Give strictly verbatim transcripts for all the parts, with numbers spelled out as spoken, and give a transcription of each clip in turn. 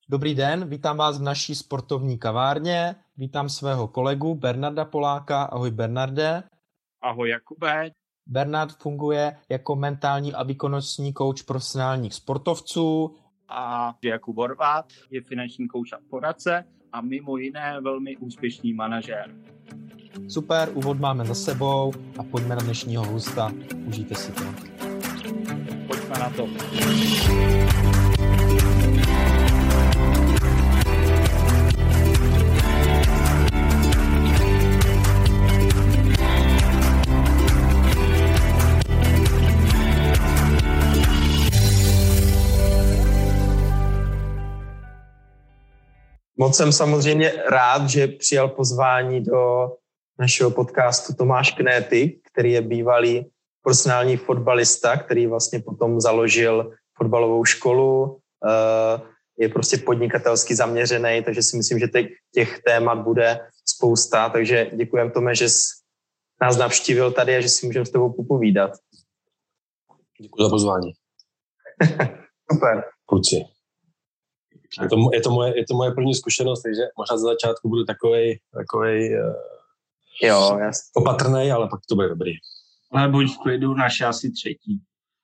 Dobrý den, vítám vás v naší sportovní kavárně. Vítám svého kolegu Bernarda Poláka. Ahoj Bernarde. Ahoj Jakube. Bernard funguje jako mentální a výkonnostní kouč profesionálních sportovců. A Jakub Horváth je finanční kouč a poradce a mimo jiné velmi úspěšný manažér. Super, úvod máme za sebou a pojďme na dnešního hosta. Užijte si to. Pojďme na to. Moc jsem samozřejmě rád, že přijal pozvání do našeho podcastu Tomáš Knéty, který je bývalý profesionální fotbalista, který vlastně potom založil fotbalovou školu, je prostě podnikatelsky zaměřený, takže si myslím, že těch témat bude spousta, takže děkujem Tome, že jsi nás navštívil tady a že si můžeme s tebou popovídat. Děkuji za pozvání. Super. Kluci. Je to, je, to moje, je to moje první zkušenost, takže možná za začátku budu takovej, takovej jo, jasný. opatrnej, ale pak to bude dobrý. Ale buď v klidu, naše asi třetí.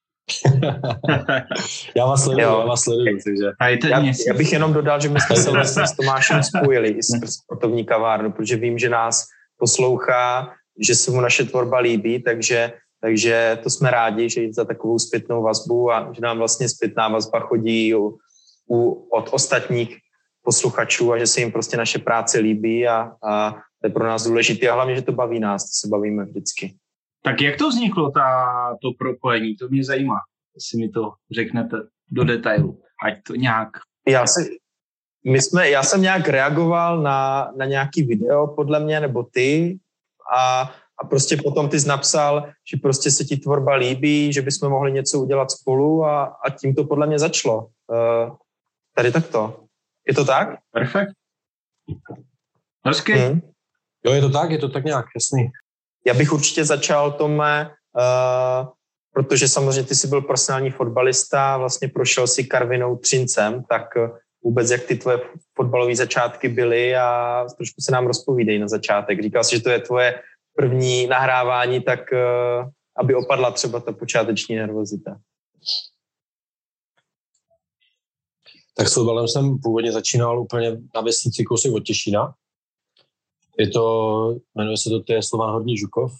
já vás sleduju, já vás sleduju, takže... Já, já bych jenom dodal, že my jsme se vlastně s Tomášem spojili i s sportovní kavárnu, protože vím, že nás poslouchá, že se mu naše tvorba líbí, takže, takže to jsme rádi, že za takovou zpětnou vazbu a že nám vlastně zpětná vazba chodí u, u, od ostatních posluchačů a že se jim prostě naše práce líbí a, a to je pro nás důležité a hlavně, že to baví nás, to se bavíme vždycky. Tak jak to vzniklo, ta, to propojení? To mě zajímá, jestli mi to řeknete do detailu. Ať to nějak... Já, si, my jsme, já jsem nějak reagoval na, na nějaký video, podle mě, nebo ty, a, a prostě potom ty jsi napsal, že prostě se ti tvorba líbí, že bychom mohli něco udělat spolu a, a tím to podle mě začalo. Uh, tady takto. Je to tak? Perfekt. Hezky. Hmm. Jo, je to tak, je to tak nějak, jasný. Já bych určitě začal, Tome, uh, protože samozřejmě ty jsi byl profesionální fotbalista, vlastně prošel si Karvinou Třincem, tak vůbec jak ty tvoje fotbalové začátky byly a trošku se nám rozpovídej na začátek. Říkal jsi, že to je tvoje první nahrávání, tak uh, aby opadla třeba ta počáteční nervozita. Tak s fotbalem jsem původně začínal úplně na vesnici kousek od Těšína. Je to, jmenuje se to, to je Slovan Horní Žukov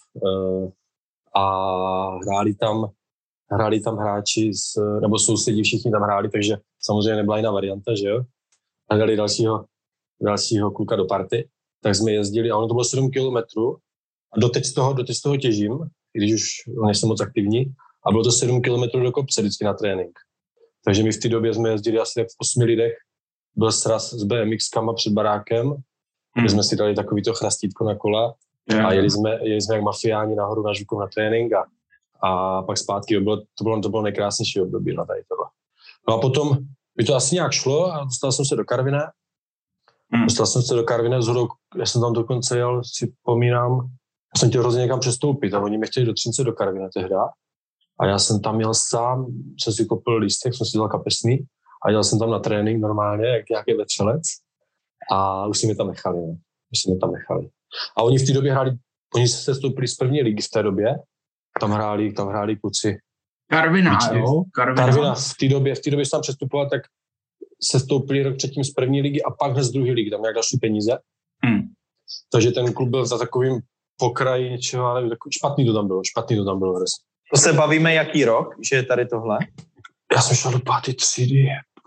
a hráli tam, hráli tam hráči, z, nebo sousedí všichni tam hráli, takže samozřejmě nebyla jiná varianta, že jo. Hledali dalšího, dalšího kluka do party, tak jsme jezdili a ono to bylo sedm kilometrů a doteď z toho, doteď z toho těžím, i když už nejsem moc aktivní, a bylo to sedm kilometrů do kopce vždycky na trénink. Takže my v té době jsme jezdili asi tak v osmi lidech, byl sraz s BMXkama před barákem, Hmm. My jsme si dali takovýto chrastítko na kola yeah. a jeli jsme, jeli jsme jak mafiáni nahoru na Žukov na trénink a, a pak zpátky. To bylo, to bylo, to bylo nejkrásnější období na tady tohle. No a potom by to asi nějak šlo a dostal jsem se do Karviné. Hmm. Dostal jsem se do Karviné zhodou, já jsem tam dokonce jel, si pomínám, já jsem chtěl hrozně někam přestoupit a oni mě chtěli do Třince do Karviné tehda. A já jsem tam jel sám, jsem si koupil lístek, jsem si dal kapesný a jel jsem tam na trénink normálně, jak nějaký vetřelec. A už si mě tam nechali, ne? Už si mě tam nechali. A oni v té době hráli, oni se sestoupili z první ligy v té době, tam hráli, tam hráli kluci. Karviná, jo? Karviná. Karviná. V té době, v té době, se tam přestupoval, tak sestoupili rok předtím z první ligy a pak hned z druhé ligy, tam nějak další peníze. Hmm. Takže ten klub byl za takovým pokraji něčeho, ale takový špatný to tam bylo, špatný to tam bylo. Hrozně. To se bavíme jaký rok, že je tady tohle? Já jsem šel do páté třídy,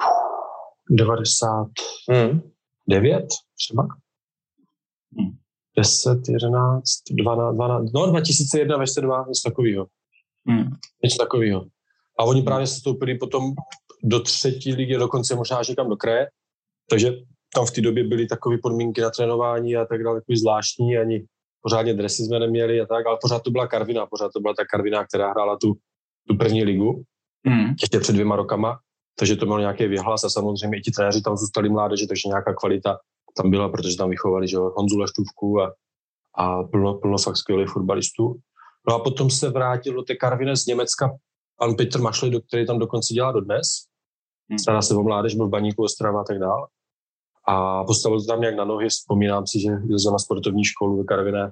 devadesát devět třeba? Hmm. deset, jedenáct, dvanáct, dvanáct, no dva tisíce jedna, dvacet dva, něco takového. Hmm. Něco takového. A oni právě se stoupili potom do třetí ligy, dokonce možná až někam do kraje, takže tam v té době byly takové podmínky na trénování a tak dále, takový zvláštní, ani pořádně dresy jsme neměli a tak, ale pořád to byla Karviná, pořád to byla ta Karviná, která hrála tu, tu první ligu, hmm. ještě před dvěma rokama, takže to mělo nějaký věhlas a samozřejmě i ti trenéři tam zůstali mládeže, takže nějaká kvalita tam byla, protože tam vychovali, že Honzu Leštůvku a, a plno, plno fakt skvělých fotbalistů. No a potom se vrátil do té Karviné z Německa pan Petr Mašlej, do který tam dokonce dělá dodnes. stará se o mládež, byl v Baníku Ostrava a tak dále. A postavil to tam nějak na nohy, vzpomínám si, že jezdil na sportovní školu ve Karviné.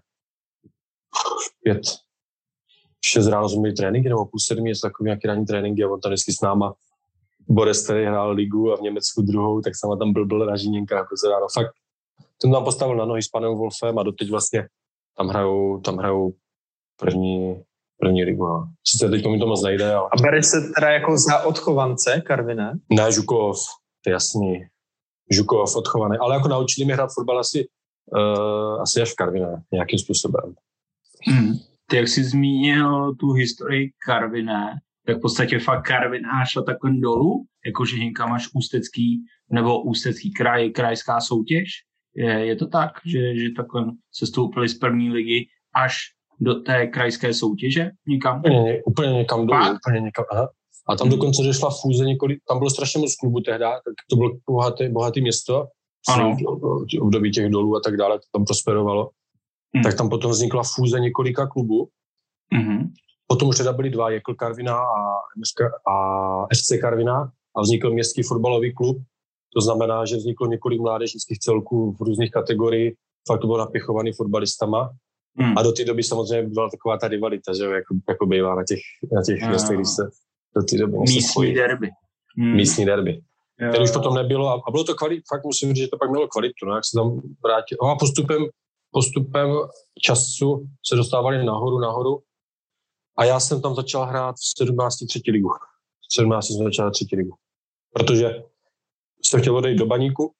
Pět, šest ráno jsme měli tréninky, nebo půl sedmi, jest takový nějaký ranní tréninky a on tam vždycky s náma. Boris, který hrál ligu a v Německu druhou, tak sama tam byl, byl na Žíněnkách. Ráno. Fakt, ten tam postavil na nohy s panem Wolfem a doteď vlastně tam hrajou, tam hrajou první, první ligu. No. Sice teď mi to moc nejde, ale... A bere se teda jako za odchovance Karviné? Ne, Žukov, to je jasný. Žukov, odchovaný. Ale jako naučili mě hrát fotbal asi, uh, asi až v Karviné, nějakým způsobem. Hmm. Ty, jak jsi zmínil tu historii Karviné, tak v podstatě fakt Karviná šla takhle dolů, jakože Žinka máš ústecký, nebo ústecký kraj, krajská soutěž. Je, je to tak, že, že takhle se stoupili z první ligy až do té krajské soutěže někam? Úplně, úplně někam dolů, Fakt? úplně někam, aha. A tam hmm. dokonce řešla fúze několik, tam bylo strašně moc klubů tehdy, tak to bylo bohaté, bohaté město, ano. V období těch dolů a tak dále, to tam prosperovalo. Hmm. Tak tam potom vznikla fúze několika klubů. Hmm. Potom už teda byly dva, Jekl Karviná a, a F C Karviná a vznikl městský fotbalový klub. To znamená, že vzniklo několik mládežnických celků v různých kategoriích, fakt to bylo napěchovaný fotbalistama. Hmm. A do té doby samozřejmě byla taková ta rivalita, že jako, jako bývá na těch, na těch městech, když se do té doby místní derby. Hmm. Místní derby. Ten už potom nebylo a, a bylo to kvalit, fakt musím říct, že to pak mělo kvalitu, no, jak se tam vrátil. No a postupem, postupem času se dostávali nahoru, nahoru a já jsem tam začal hrát v sedmnácti třetí ligu. V sedmnácti jsem začal třetí ligu. Protože jsem chtěl odejít do Baníku.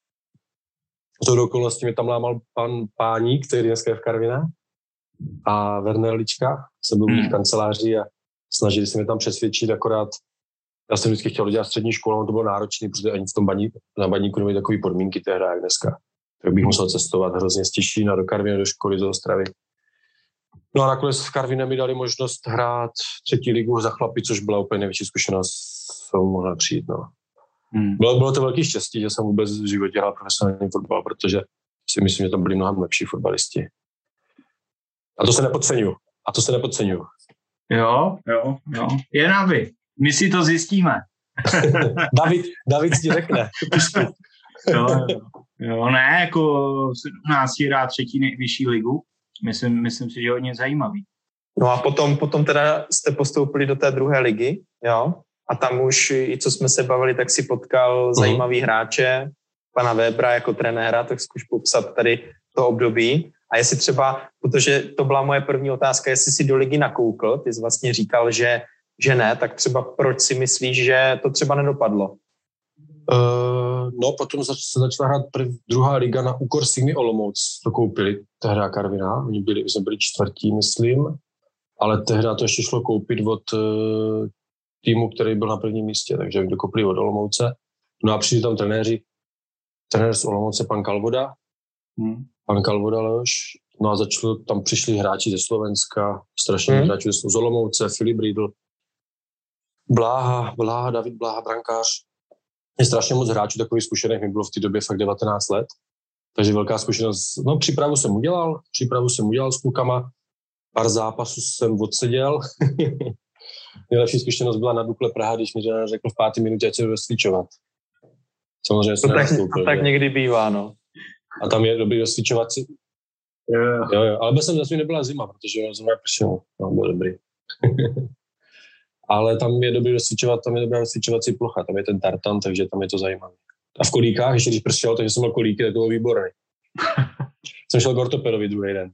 Z toho okolností mi tam lámal pan Páník, který dneska je v Karviné, a Werner Lička, jsem byl v nich kanceláří a snažili se mě tam přesvědčit, akorát já jsem vždycky chtěl dělat střední školu, ale to bylo náročné, protože ani v tom baníku, na Baníku nebyly takové podmínky tehdy, jak dneska. Tak bych musel cestovat hrozně z Těšína do Karviné, do školy, do Ostravy. No a nakonec v Karviné mi dali možnost hrát třetí ligu za chlapy, což byla úplně největší zkušenost, co mohla přijít. No. Hmm. Bylo, bylo to velký štěstí, že jsem vůbec v životě hrál profesionální fotbal, protože si myslím, že tam byli mnohem lepší fotbalisti. A to se nepodceňuju. A to se nepodceňuju. Jo, jo, jo. Je návy. My si to zjistíme. David, David ti řekne. jo, jo. jo, ne, jako sedmnáct hrát třetí nejvyšší ligu. Myslím, myslím si, že je hodně zajímavý. No a potom, potom teda jste postoupili do té druhé ligy, jo? A tam už, i co jsme se bavili, tak si potkal uh-huh. zajímavý hráče, pana Webera jako trenéra, tak zkuš popsat tady to období. A jestli třeba, protože to byla moje první otázka, jestli si do ligy nakoukl, ty jsi vlastně říkal, že, že ne, tak třeba proč si myslíš, že to třeba nedopadlo? Uh, no, potom zač- se začala hrát prv, druhá liga na úkor Sigmy Olomouc, to koupili tehdy Karviná, oni byli, jsme byli čtvrtí, myslím, ale tehdy to ještě šlo koupit od uh, týmu, který byl na prvním místě, takže oni dokopili od Olomouce. No a přišli tam trenéři, trenér z Olomouce, pan Kalvoda, hmm. pan Kalvoda Leoš, no a začalo, tam přišli hráči ze Slovenska, strašně hmm. hráči z Olomouce, Filip Riedl, Bláha, Bláha, David Bláha, brankář. Je strašně moc hráčů takových zkušených, mi bylo v té době fakt devatenáct let, takže velká zkušenost. No přípravu jsem udělal, přípravu jsem udělal s klukama, pár zápasů jsem odseděl. Nejlepší zkušenost byla na Dukle Praha, když mi řekl v páté minutě, ať se jdu rozcvičovat. Samozřejmě jsem to tak, to tak někdy bývá, no. A tam je dobrý rozcvičovat si. Yeah. Jo, jo, ale bez jsem zase nebyla zima, protože zima pršelo. No, bylo dobrý. Ale tam je dobrý rozcvičovat, tam je dobrá rozcvičovací plocha, tam je ten tartan, takže tam je to zajímavé. A v kolíkách, ještě když pršelo, takže jsem měl kolíky, tak to bylo výborný. Jsem šel k ortopedovi druhý den.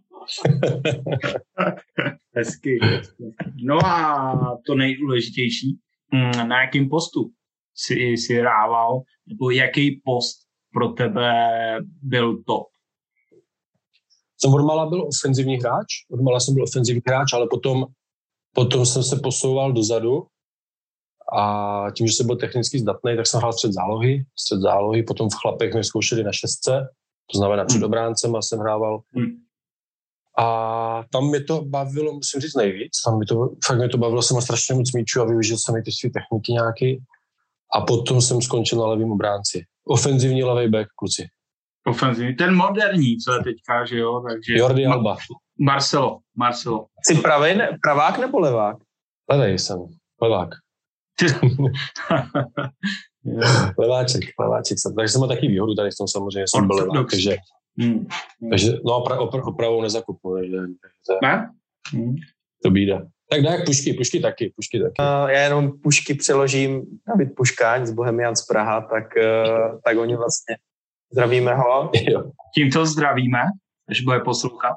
Hezky. No a to nejdůležitější, na jakým postu jsi, jsi hrával, nebo jaký post pro tebe byl top? Jsem odmala byl ofenzivní hráč, odmala jsem byl ofenzivní hráč, ale potom, potom jsem se posouval dozadu a tím, že jsem byl technicky zdatný, tak jsem hrál střed zálohy, střed zálohy, potom v chlapech mě zkoušeli na šestce, to znamená před obráncem a jsem hrával. Hmm. A tam mě to bavilo, musím říct nejvíc, tam mě to, fakt mě to bavilo, jsem měl strašně moc míčů a využil jsem i ty své techniky nějaký. A potom jsem skončil na levém obránci. Ofenzivní levej back, kluci. Ofenzivní, ten moderní, co je teďka, že jo, takže... Jordi Alba. Marcelo, Marcelo. Jsi pravej, ne, pravák nebo levák? Levej jsem, levák. leváček, leváček. Takže jsem měl taky výhodu, tady v tom samozřejmě jsem byl levák, takže, hmm. takže no opra, opra, opravou nezakupu, takže to, ne? Hmm. to bída. Tak dá jak pušky, pušky taky, pušky taky. Uh, já jenom pušky přeložím, David Puškáň z Bohemians Praha, tak, uh, tak oni vlastně zdravíme ho. Jo. Tímto zdravíme, až bude poslouchat.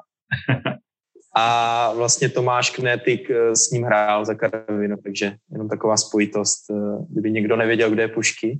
A vlastně Tomáš Knétik s ním hrál za Karvinou, takže jenom taková spojitost, kdyby někdo nevěděl, kde je Pušky.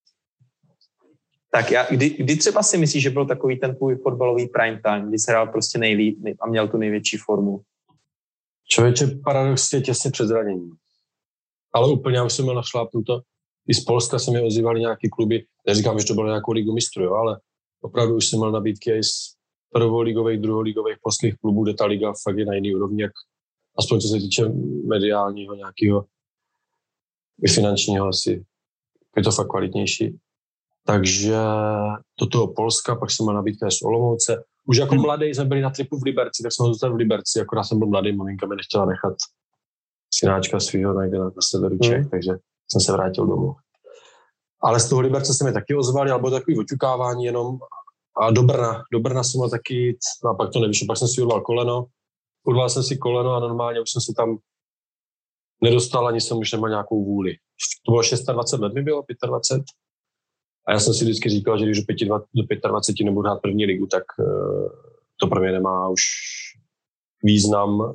Tak já, kdy, kdy třeba si myslíš, že byl takový ten tvůj fotbalový prime time, kdy jsi hrál prostě nejlíp a měl tu největší formu? Člověče, paradoxně těsně před zraněním. Ale úplně já už jsem měl našlápnuto. I z Polska se mi ozývali nějaký kluby, neříkám, že to bylo nějakou ligu mistrů, jo, ale opravdu už jsem měl nabídky i z prvoligových, druholigových polských klubů, kde ta liga fakt je na jiný úrovni, jak, aspoň co se týče mediálního nějakého i finančního asi. Je to fakt kvalitnější. Takže do toho Polska, pak jsem měl nabídka z Olomouce. Už jako hmm. mladý jsme byli na tripu v Liberci, tak jsem zůstal v Liberci, akorát jsem byl mladý, maminka mi nechtěla nechat synáčka svýho někde na, na severu Čech, hmm. takže jsem se vrátil domů. Ale z toho Liberce se mi taky ozvali, ale bylo takový oťukávání jenom. A do Brna, do Brna jsem měl taky, a pak to nevyšlo, pak jsem si urval koleno, urval jsem si koleno a normálně už jsem se tam nedostal, ani jsem už neměl nějakou vůli. To bylo dvacet šest let mi bylo, dvacet pět. A já jsem si vždycky říkal, že když do dvacet pět nebudu hrát první ligu, tak to pro mě nemá už význam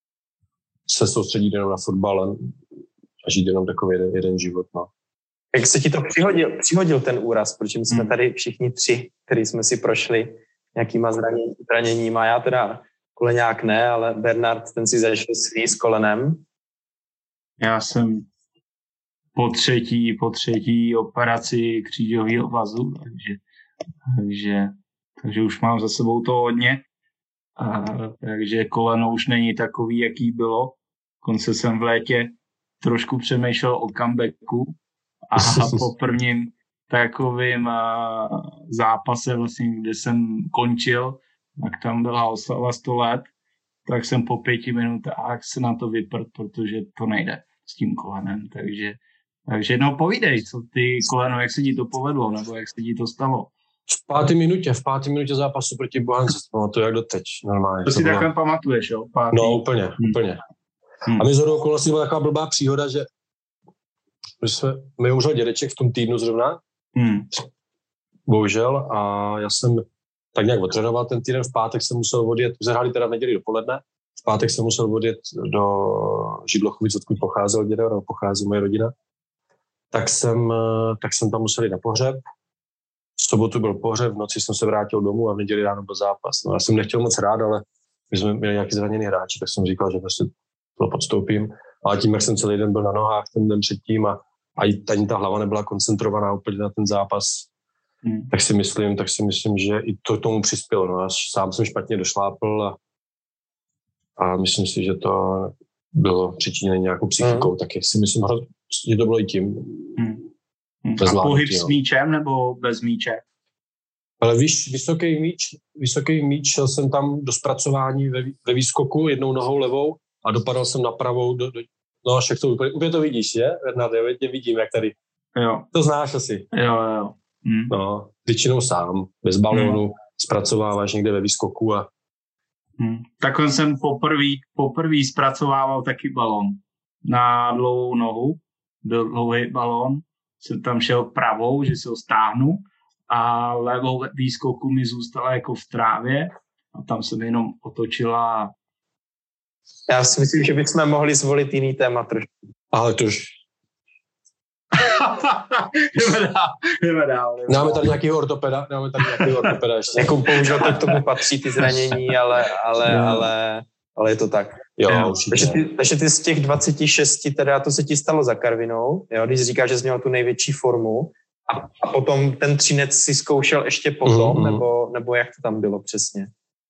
se soustředit jenom na fotbal a žít jenom takový jeden, jeden život. No. Jak se ti to přihodil, přihodil ten úraz, protože my jsme hmm. tady všichni tři, který jsme si prošli nějakýma zranění, zraněníma. Já teda koleňák ne, ale Bernard, ten si zašel svý s kolenem. Já jsem po třetí, po třetí operaci křížového vazu, takže, takže, takže už mám za sebou to hodně. A, takže koleno už není takový, jaký bylo. Konce jsem v létě trošku přemýšlel o comebacku. A po prvním takovým zápase, vlastně, kde jsem končil, tak tam byla oslava sto let, tak jsem po pěti minutách se na to vyprt, protože to nejde s tím kolenem. Takže, takže jednou povídej, co ty koleno, jak se ti to povedlo, nebo jak se ti to stalo. V páté minutě, v páté minutě zápasu proti Bohance, pamatuju jak doteď, normálně. To si bylo... takhle pamatuješ, jo? Pátý. No, úplně, hmm. úplně. Hmm. A mi zhodou okolností byla taková blbá příhoda, že My jsme, mi umřel dědeček v tom týdnu zrovna, hmm. bohužel, a já jsem tak nějak odtrénoval ten týden, v pátek jsem musel odjet, jsme hráli teda v neděli dopoledne, v pátek jsem musel odjet do Židlochovic, odkud pocházel děda, nebo pochází moje rodina, tak jsem, tak jsem tam musel jít na pohřeb, v sobotu byl pohřeb, v noci jsem se vrátil domů a v neděli ráno byl zápas. No, já jsem nechtěl moc hrát, ale my jsme měli nějaký zraněný hráči, tak jsem říkal, že prostě to podstoupím, ale tím, jak jsem celý den byl na nohách ten den předtím a a ani ta hlava nebyla koncentrovaná úplně na ten zápas, hmm. tak si myslím, tak si myslím, že i to tomu přispělo. No. Já sám jsem špatně došlápl a, a myslím si, že to bylo přičiněné nějakou psychikou, hmm. taky si myslím, že to bylo i tím. Hmm. A pohyb s míčem nebo bez míče? Ale víš, vysoký míč, vysoký míč, šel jsem tam do zpracování ve, ve výskoku jednou nohou levou a dopadal jsem na pravou do, do No, však to úplně, úplně to vidíš, je? Bernard, já tě vidím, jak tady. Jo. To znáš asi. Jo, jo. Hmm. No, většinou sám, bez balónu, hmm. zpracováváš někde ve výskoku a... Hmm. Takhle jsem poprvý, poprvý zpracovával taky balón. Na dlouhou nohu, dlouhý balón, jsem tam šel pravou, že se ho stáhnu a levou výskoku mi zůstala jako v trávě a tam jsem jenom otočila. Já si myslím, že bychom mohli zvolit jiný téma trošku. Ale to už... jdeme dál, jdeme dál. Máme tady nějakýho ortopeda, máme tady nějakýho ortopeda ještě. Jako bohužel to k tomu patří ty zranění, ale, ale, no. ale, ale je to tak. Jo, jo. určitě. Takže ty, takže ty z těch dvaceti šesti, teda to se ti stalo za Karvinou, jo, když říkáš, že jsi měl tu největší formu a, a potom ten třinec si zkoušel ještě potom, mm-hmm. nebo, nebo jak to tam bylo přesně?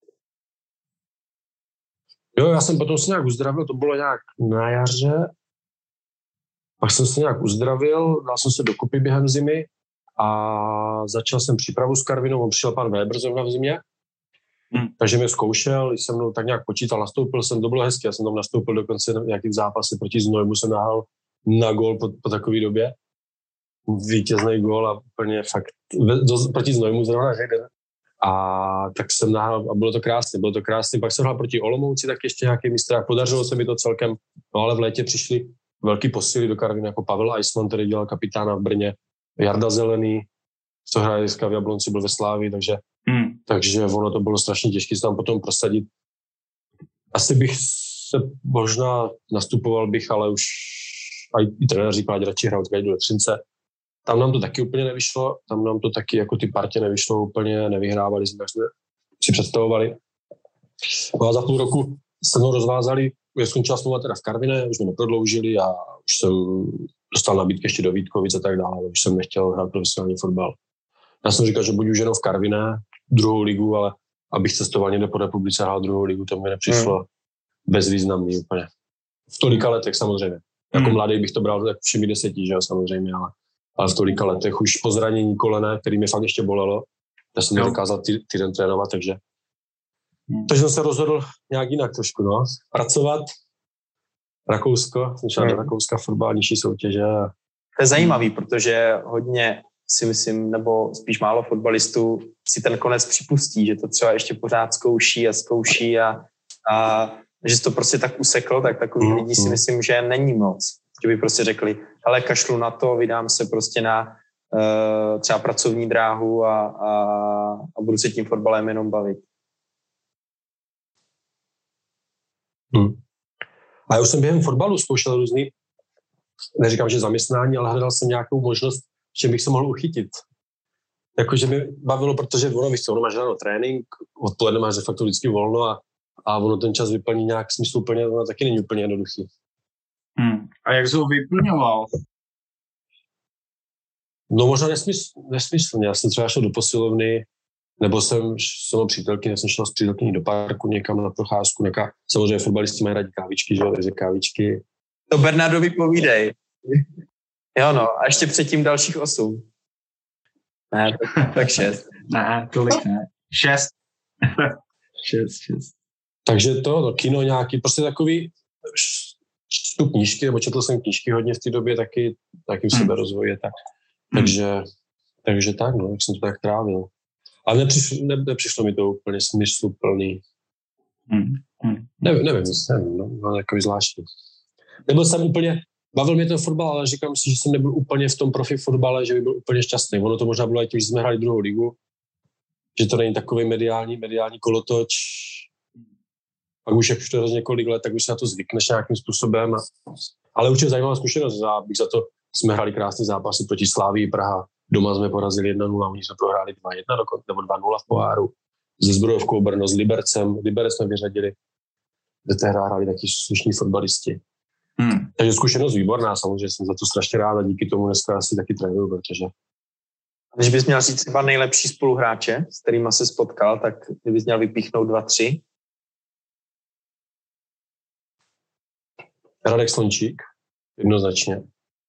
Jo, já jsem potom se nějak uzdravil, to bylo nějak na jaře, pak jsem se nějak uzdravil, dal jsem se dokupy během zimy a začal jsem přípravu s Karvinou, on přišel pan Weber zrovna v zimě, hmm. takže mě zkoušel, jsem mnou tak nějak počítal, nastoupil jsem, to bylo hezky, já jsem tam nastoupil dokonce nějaký zápasy proti Znojmu, jsem nahal na gól po, po takové době. Vítězný gól a úplně fakt do, proti Znojmu zrovna jeden. A tak jsem nahrál a bylo to krásné, bylo to krásné. Pak jsem hrál proti Olomouci, tak ještě nějaký mistrák. Podařilo se mi to celkem, no ale v létě přišli velký posily do Karvin, jako Pavel Eisman, který dělal kapitána v Brně, Jarda Zelený, co hraje dneska v Jablonci, byl ve Slávii, takže, hmm. takže ono to bylo strašně těžké se tam potom prosadit. Asi bych se možná nastupoval bych, ale už a i trenér říkal, ať radši hrál do Letřince. Tam nám to taky úplně nevyšlo, tam nám to taky jako ty partě nevyšlo úplně, nevyhrávali jsme, jak jsme si představovali. No a za půl roku se mnou rozvázali, už skončila smlouva teda v Karviné, už mě neprodloužili a už jsem dostal nabídky ještě do Vítkovic a tak dále, už jsem nechtěl hrát profesionální fotbal. Já jsem říkal, že budu už jenom v Karviné, druhou ligu, ale abych cestoval někde po republice a hrál druhou ligu, to mi nepřišlo hmm. bezvýznamný úplně. V tolika letech samozřejmě. Jako hmm. mladý bych to bral tak všemi deseti, že jo, samozřejmě, ale, ale v tolika letech už po zranění kolene, který mi fakt ještě bolelo, já jsem nedokázal ty, týden trénovat, takže hmm. takže jsem se rozhodl nějak jinak trošku, no. Pracovat, Rakousko, jsem šel hmm. do Rakouska, fotbal, nižší soutěže. To je zajímavý, protože hodně si myslím, nebo spíš málo fotbalistů si ten konec připustí, že to třeba ještě pořád zkouší a zkouší a, a že se to prostě tak useklo, tak takových mm, lidí si myslím, že není moc. Že by prostě řekli, hele, kašlu na to, vydám se prostě na uh, třeba pracovní dráhu a, a, a budu se tím fotbalem jenom bavit. Hmm. A já už jsem během fotbalu zkoušel různý, neříkám, že zaměstnání, ale hledal jsem nějakou možnost, že bych se mohl uchytit. Jakože mi bavilo, protože ono, víš co, ono máš ráno trénink, odpoledne máš de facto vždycky volno a, a ono ten čas vyplní nějak smysluplně, ono taky není úplně jednoduchý. Hmm. A jak jsi ho vyplňoval? No možná nesmysl, nesmyslně. Já jsem třeba šel do posilovny, nebo jsem šel přítelky, já jsem šel s přítelkyní do parku někam na procházku. Něká, samozřejmě fotbalisti mají rádi kávičky, že jo, takže kávičky. To Bernardovi povídej. Jo no, a ještě předtím dalších osm. Ne, tak, tak šest. Ne, tolik ne. Šest. šest, šest. Takže to, no, kino nějaký, prostě takový, čtu knížky, nebo četl jsem knížky hodně v té době, taky, taky v hmm. seberozvoji, tak. Takže, hmm. takže tak, no, jak jsem to tak trávil. Ale nepřišlo, ne, nepřišlo mi to úplně smysluplný. Hmm. Hmm. Nevím, nevím, nevím, no, no, takový zvláštní. Nebyl jsem úplně, bavil mě ten fotbal, ale říkám si, že jsem nebyl úplně v tom profi fotbale, že by byl úplně šťastný. Ono to možná bylo i tím, že jsme hráli druhou ligu, že to není takový mediální, mediální kolotoč. Pak už, jak už to je několik let, tak už se na to zvykneš nějakým způsobem. Ale určitě zajímavá zkušenost. Bych za to jsme hráli krásný zápasy proti Slávii Praha. Doma jsme porazili jedna nula, oni jsme prohráli dva jedna dokonce, nebo dva nula v poháru. Se Zbrojovkou Brno, s Libercem. Liberec jsme vyřadili, kde té hráli taky slušní fotbalisti. Hmm. Takže zkušenost výborná, samozřejmě jsem za to strašně rád a díky tomu dneska asi taky trénuju, protože... Když bys měl říct třeba nejlepší spoluhráče, s kterýma se spotkal, tak bys měl vypíchnout dva, tři. Radek Slončík, jednoznačně.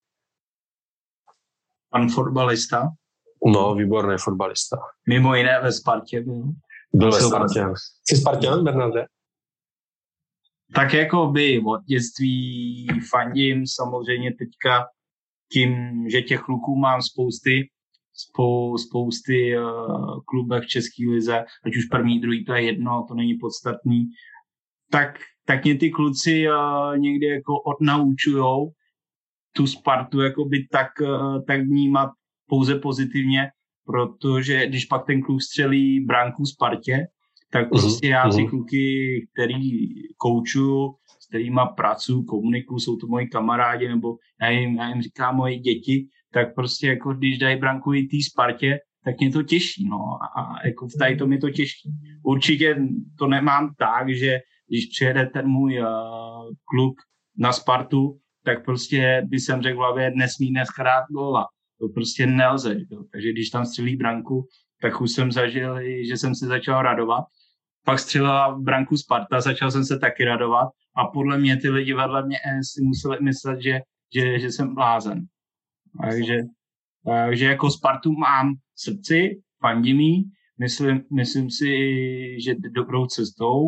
Pan fotbalista? No, výborný fotbalista. Mimo jiné ve Spartě byl. Byl ve Spartě. Jsi Spartan, Bernarde? Tak jako by od dětství fandím samozřejmě teďka tím, že těch kluků mám spousty, spou, spousty uh, klubech v České lize, ať už první, druhý, to je jedno, to není podstatný, tak, tak mě ty kluci uh, někdy jako odnaučujou tu Spartu jakoby tak, uh, tak vnímat pouze pozitivně, protože když pak ten kluk střelí branku Spartě, tak prostě já ty kluky, který koučuju, s kterýma pracuju, komunikuju, jsou to moji kamarádi, nebo já jim, já jim říkám moje děti, tak prostě jako když dají branku i té Spartě, tak mě to těší, no. A jako v tady to mě to těší. Určitě to nemám tak, že když přijede ten můj uh, kluk na Spartu, tak prostě by jsem řekl v hlavě, nesmí dneska dát góla. To prostě nelze. Jo. Takže když tam střelí branku, tak už jsem zažil, že jsem se začal radovat. Pak střelila branku Sparta, začal jsem se taky radovat a podle mě ty lidi vedle mě si museli myslet, že, že, že jsem blázen. Takže, takže jako Spartu mám v srdci, fandím jí, myslím, myslím si, že dobrou cestou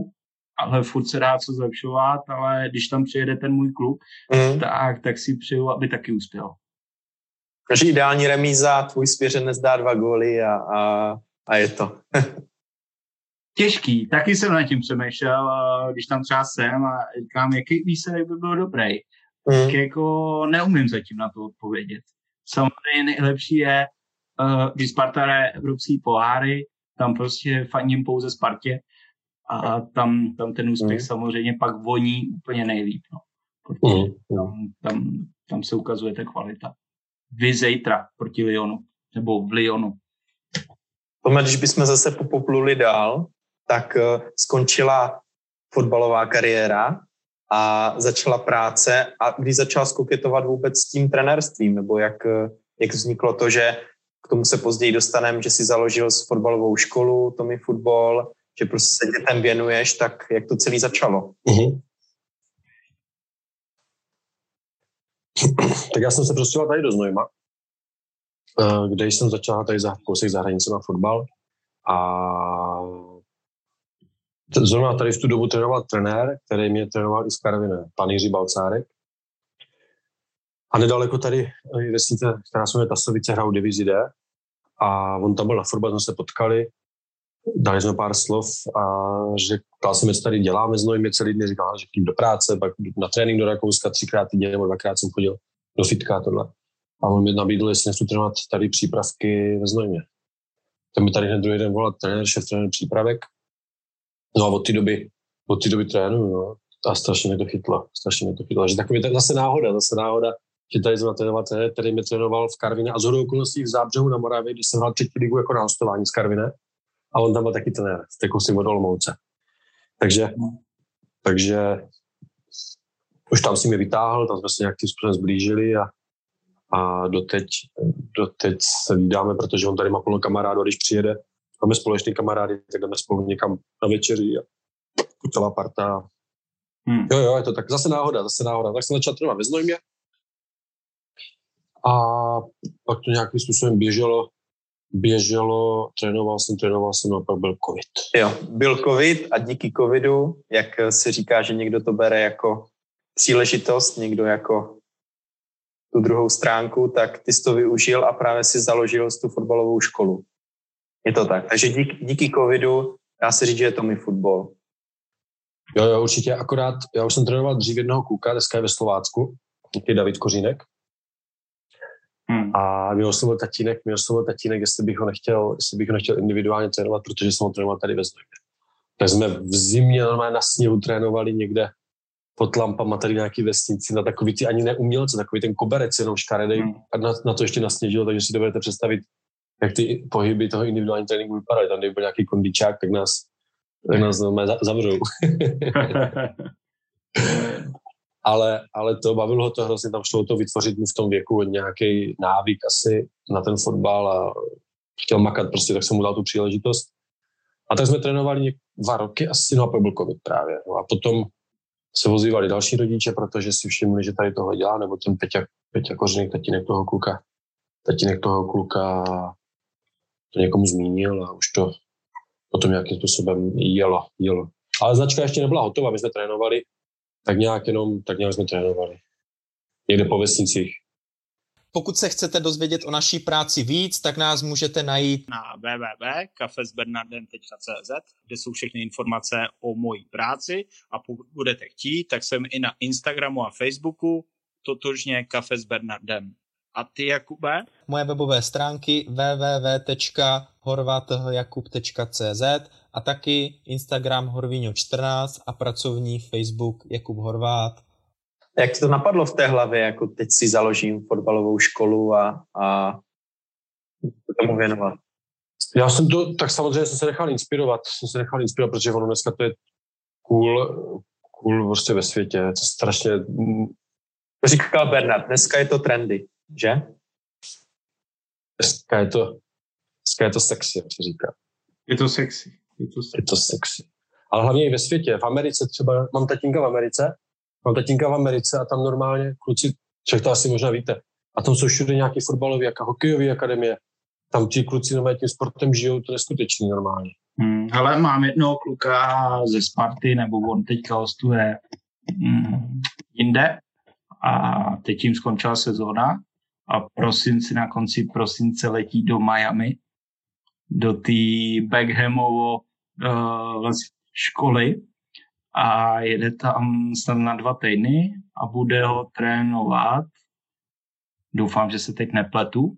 ale furt se dá co zlepšovat, ale když tam přijede ten můj klub, mm. tak, tak si přeju, aby taky uspěl. Takže ideální remíza, tvůj svěřenec dá dva góly a, a, a je to. Těžký, taky jsem nad tím přemýšlel, když tam třeba jsem a říkám, jaký výsledek by byl dobrý. Mm. Tak jako neumím zatím na to odpovědět. Samozřejmě nejlepší je, když Sparta hraje evropský poháry, tam prostě fandím pouze Spartě a tam, tam ten úspěch mm. samozřejmě pak voní úplně nejlíp. No. Protože mm. tam, tam, tam se ukazuje ta kvalita. Vy zítra proti Lyonu, nebo v Lyonu. Tome, když bychom zase popluli dál, tak uh, skončila fotbalová kariéra a začala práce. A když začal skoketovat vůbec s tím trenérstvím, nebo jak, jak vzniklo to, že k tomu se později dostaneme, že si založil s fotbalovou školu, Tommy Football, že prostě se dětem věnuješ, tak jak to celé začalo? Mm-hmm. Tak já jsem se přestěhoval tady do Znojma, kde jsem začal tady za kousek za hranicema fotbal a zrovna tady v tu dobu trénoval trenér, který mě trénoval i z Karviné, pan Jiří Balcárek. A nedaleko tady vesnice, která se jmenuje Tasovice, hrál divizi D a on tam byl na fotbal, jsme se potkali, dali jsme pár slov a řekl, ptal jsem, co tady děláme s Znojmě celý den, říkal, že jdu do práce, pak na trénink do Rakouska, třikrát týdně nebo dvakrát jsem chodil do fitka a tohle. A on mi nabídl, jestli nechci trénovat tady přípravky ve Znojmě. Ten mi tady hned druhý den volal trenér, šéf trenér přípravek. No a od té doby, od té doby trénuju, no. A strašně mě to chytlo, strašně mě to chytlo. Že takový tak zase náhoda, zase náhoda, že tady jsem trénoval trenér, který mě trénoval v Karviné a zhodou okolností v Zábřehu na Moravě, když jsem hrál třetí ligu jako na hostování z Karviné. A on tam byl taky trenér, jako si od Olomouce. Takže, takže už tam si mě vytáhl, tam jsme se nějakým způsobem zblížili a, a doteď, doteď se vídáme, protože on tady má plno kamarádů a když přijede, máme společný kamarády, tak jdeme spolu někam na večeři a celá parta. Hmm. Jo, jo, je to tak zase náhoda, zase náhoda. Tak jsem začal trénovat ve Znojmě a pak to nějakým způsobem běželo, běželo, trénoval jsem, trénoval jsem a pak byl covid. Jo, byl covid a díky covidu, jak se říká, že někdo to bere jako příležitost, někdo jako tu druhou stránku, tak ty jsi to využil a právě si založil tu fotbalovou školu. Je to tak. Takže díky, díky covidu dá se říct, že je to mi fotbal. Jo, jo, určitě. Akorát já už jsem trénoval dřív jednoho kluka, dneska je ve Slovácku, je David Kořínek. Hmm. A mi oslovil tatínek, mi oslovil tatínek, jestli bych ho nechtěl, jestli bych ho nechtěl individuálně trénovat, protože jsem ho trénoval tady ve Znojmě. Tak jsme v zimě normálně na sněhu trénovali někde pod lampama tady nějaký vesnici na takový ty ani neumělce, takový ten koberec jenom škaredej hmm. a na, na to ještě nasněžilo, takže si dovedete představit, jak ty pohyby toho individuální tréninku vypadaly. Tam, kdyby byl nějaký kondičák, tak nás, tak nás zavřou. ale, ale to bavilo ho to hrozně, tam šlo to vytvořit mu v tom věku nějaký návyk asi na ten fotbal a chtěl makat prostě, tak jsem mu dal tu příležitost. A tak jsme trénovali dva roky asi, no a pak byl covid právě. No a potom se ozývali další rodiče, protože si všimli, že tady tohle dělá, nebo ten Peťa, Peťa Kořenek, tatínek toho kluka, tatínek toho kluka to někomu zmínil a už to potom nějakým způsobem jelo, jelo. Ale značka ještě nebyla hotová, my jsme trénovali, tak nějak jenom, tak nějak jsme trénovali. Někde po vesnicích. Pokud se chcete dozvědět o naší práci víc, tak nás můžete najít na w w w tečka kafe s bernardem tečka c z, kde jsou všechny informace o mojí práci a pokud budete chtít, tak jsem i na Instagramu a Facebooku totožně Kafe s Bernardem. A ty, Jakube? Moje webové stránky w w w tečka horvatjakub tečka c z a taky Instagram Horvíňo čtrnáct a pracovní Facebook Jakub Horvát. Jak ti to napadlo v té hlavě, jako teď si založím fotbalovou školu a, a tomu věnovat? Já jsem to, tak samozřejmě jsem se nechal inspirovat, jsem se nechal inspirovat, protože ono dneska to je cool, cool prostě ve světě, to strašně... To říkal Bernard, dneska je to trendy, že? Dneska je to, dneska je to sexy, jak se říká. Je to sexy. Je to sexy. Je to sexy. Ale hlavně i ve světě, v Americe třeba, mám tatínka v Americe, mám tatínka v Americe a tam normálně kluci, však to asi možná víte, a tam jsou všude nějaké fotbalové, jako hokejové akademie, tam ti kluci normálně tím sportem žijou, to je neskutečný normálně. Hmm, hele, mám jednoho kluka ze Sparty, nebo on teďka hostuje hmm, jinde a teď jim skončila sezóna a prosinci, na konci prosince letí do Miami, do té Beckhamovo uh, školy a jede tam snad na dva týdny a bude ho trénovat. Doufám, že se teď nepletu.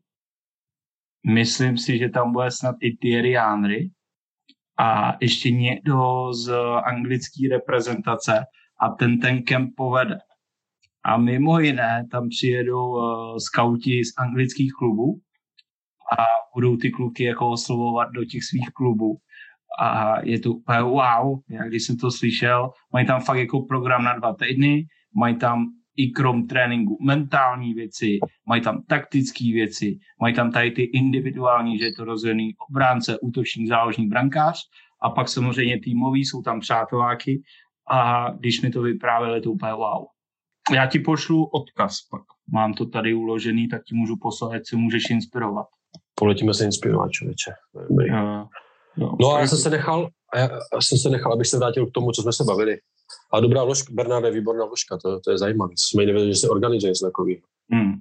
Myslím si, že tam bude snad i Thierry Henry a ještě někdo z anglické reprezentace a ten ten kemp povede. A mimo jiné tam přijedou uh, skauti z anglických klubů a budou ty kluky jako oslovovat do těch svých klubů. A je to úplně wow, já když jsem to slyšel, mají tam fakt jako program na dva týdny, mají tam i krom tréninku mentální věci, mají tam taktické věci, mají tam tady ty individuální, že je to rozdělený obránce, útočník, záložník, brankář a pak samozřejmě týmový, jsou tam přáteláky a když mi to vyprávěli, to úplně wow. Já ti pošlu odkaz pak, mám to tady uložený, tak ti můžu poslat, ať se můžeš inspirovat. Poletíme se inspirovat, člověče. Uh, no, no a já jsem se nechal, já, já jsem se nechal, abych se vrátil k tomu, co jsme se bavili. A dobrá vložka, Bernarde, výborná vložka, to, to je zajímavé. Jsme nevěděli, že se organizuje něco takový. Hmm.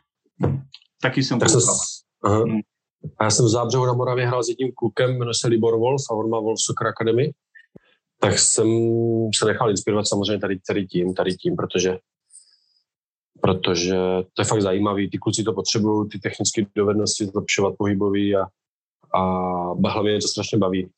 Taky jsem tak koukal. Jsem, aha. Hmm. A já jsem v Zábřehu na Moravě hrál s jedním klukem, jmenuje se Libor Wolf a on má Wolf Soccer Academy. Tak jsem se nechal inspirovat samozřejmě tady, tady tím, tady tím, protože protože to je fakt zajímavý, ty kluci to potřebují, ty technické dovednosti zlepšovat pohybový a, a hlavně je to strašně baví.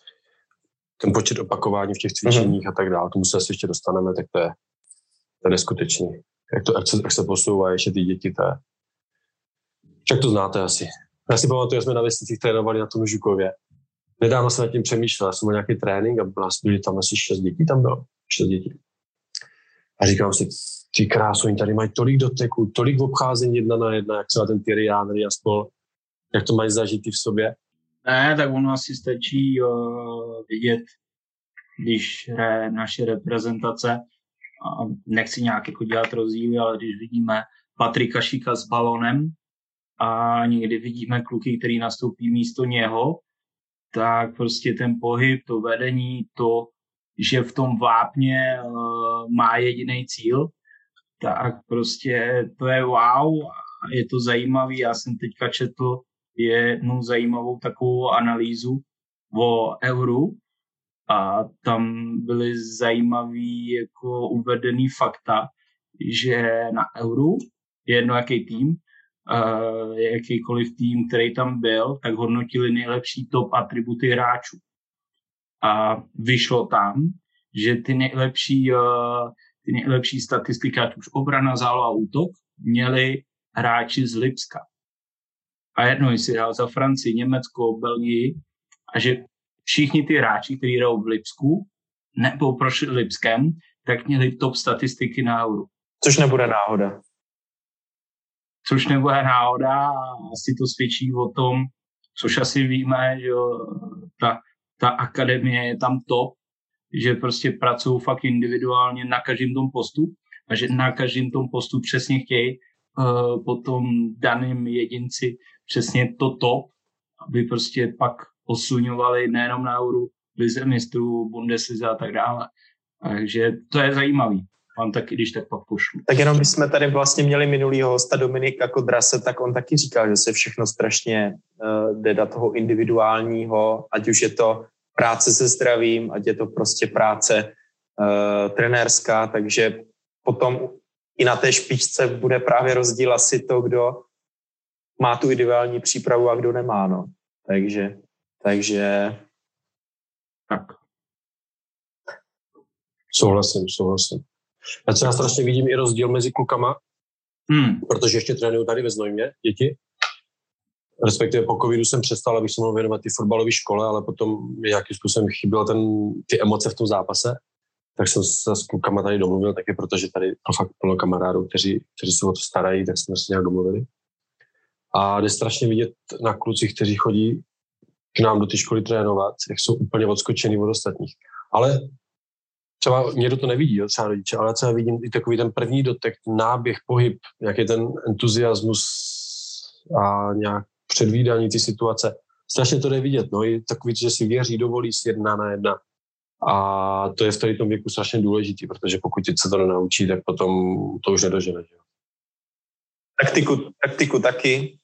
Ten počet opakování v těch cvičeních mm-hmm. a tak dále, tomu se asi ještě dostaneme, tak to je, to je neskutečný. Jak, to, jak, se, jak se posouvají ještě ty děti, to je... Však to znáte asi. Já si pamatuju, že jsme na vesnicích trénovali na tom Žukově. Nedávno jsem nad tím přemýšlel, já jsem měl nějaký trénink a nás byli tam asi šest dětí, tam bylo šest dětí. A říkám si, ty krásu, oni tady mají tolik doteků, tolik obcházení jedna na jedna, jak třeba ten Thierry Henry a spol, jak to mají zažitý v sobě. Ne, tak ono asi stačí uh, vidět, když hraje naše reprezentace, a nechci nějak jako dělat rozdíly, ale když vidíme Patrika Šika s balonem a někdy vidíme kluky, který nastoupí místo něho, tak prostě ten pohyb, to vedení, to, že v tom vápně uh, má jediný cíl, tak prostě to je wow, je to zajímavý. Já jsem teďka četl jednu zajímavou takovou analýzu o euru a tam byly zajímavý jako uvedený fakta, že na euru jedno jaký tým, uh, jakýkoliv tým, který tam byl, tak hodnotili nejlepší top atributy hráčů. A vyšlo tam, že ty nejlepší, uh, ty nejlepší statistiky, ať už obrana, záloha a útok, měli hráči z Lipska. A jedno, jestli hrál za Francii, Německo, Belgii, a že všichni ty hráči, kteří hrajou v Lipsku, nebo prošli Lipskem, tak měli top statistiky na euro. Což nebude náhoda. Což nebude náhoda a asi to svědčí o tom, což asi víme, že ta, ta akademie je tam top, že prostě pracují fakt individuálně na každém tom postu a že na každém tom postu přesně chtějí uh, potom daným jedinci přesně to top, aby prostě pak posuňovali nejenom na euro, lize mistrů, Bundeslize a tak dále. Takže to je zajímavý. Mám taky, když tak pak pošlu. Tak jenom když jsme tady vlastně měli minulýho hosta Dominika Kodrase, tak on taky říkal, že se všechno strašně uh, jde do toho individuálního, ať už je to práce se zdravím, ať je to prostě práce uh, trenérská, takže potom i na té špičce bude právě rozdíl asi to, kdo má tu ideální přípravu a kdo nemá, no. Takže, takže... Tak. Souhlasím, souhlasím. Já třeba strašně vidím i rozdíl mezi klukama, hmm. protože ještě trénuju tady ve Znojmě děti. Respektive po covidu jsem přestal, abych se mohl věnovat ty fotbalové škole, ale potom nějakým způsobem chyběl ten, ty emoce v tom zápase. Tak jsem se s klukama tady domluvil taky, protože tady je fakt plno kamarádů, kteří, kteří se o to starají, tak jsme se nějak domluvili. A jde strašně vidět na klucích, kteří chodí k nám do té školy trénovat, jak jsou úplně odskočený od ostatních. Ale třeba někdo to nevidí, jo, třeba rodiče, ale třeba vidím i takový ten první dotek, náběh, pohyb, jak je ten entuziasmus a nějak předvídání ty situace. strašně to jde vidět, no, je takový, že si věří, dovolí si jedna na jedna. A to je v tady tom věku strašně důležitý, protože pokud se to nenaučí, tak potom to už nedožene. Taktiku, taktiku taky.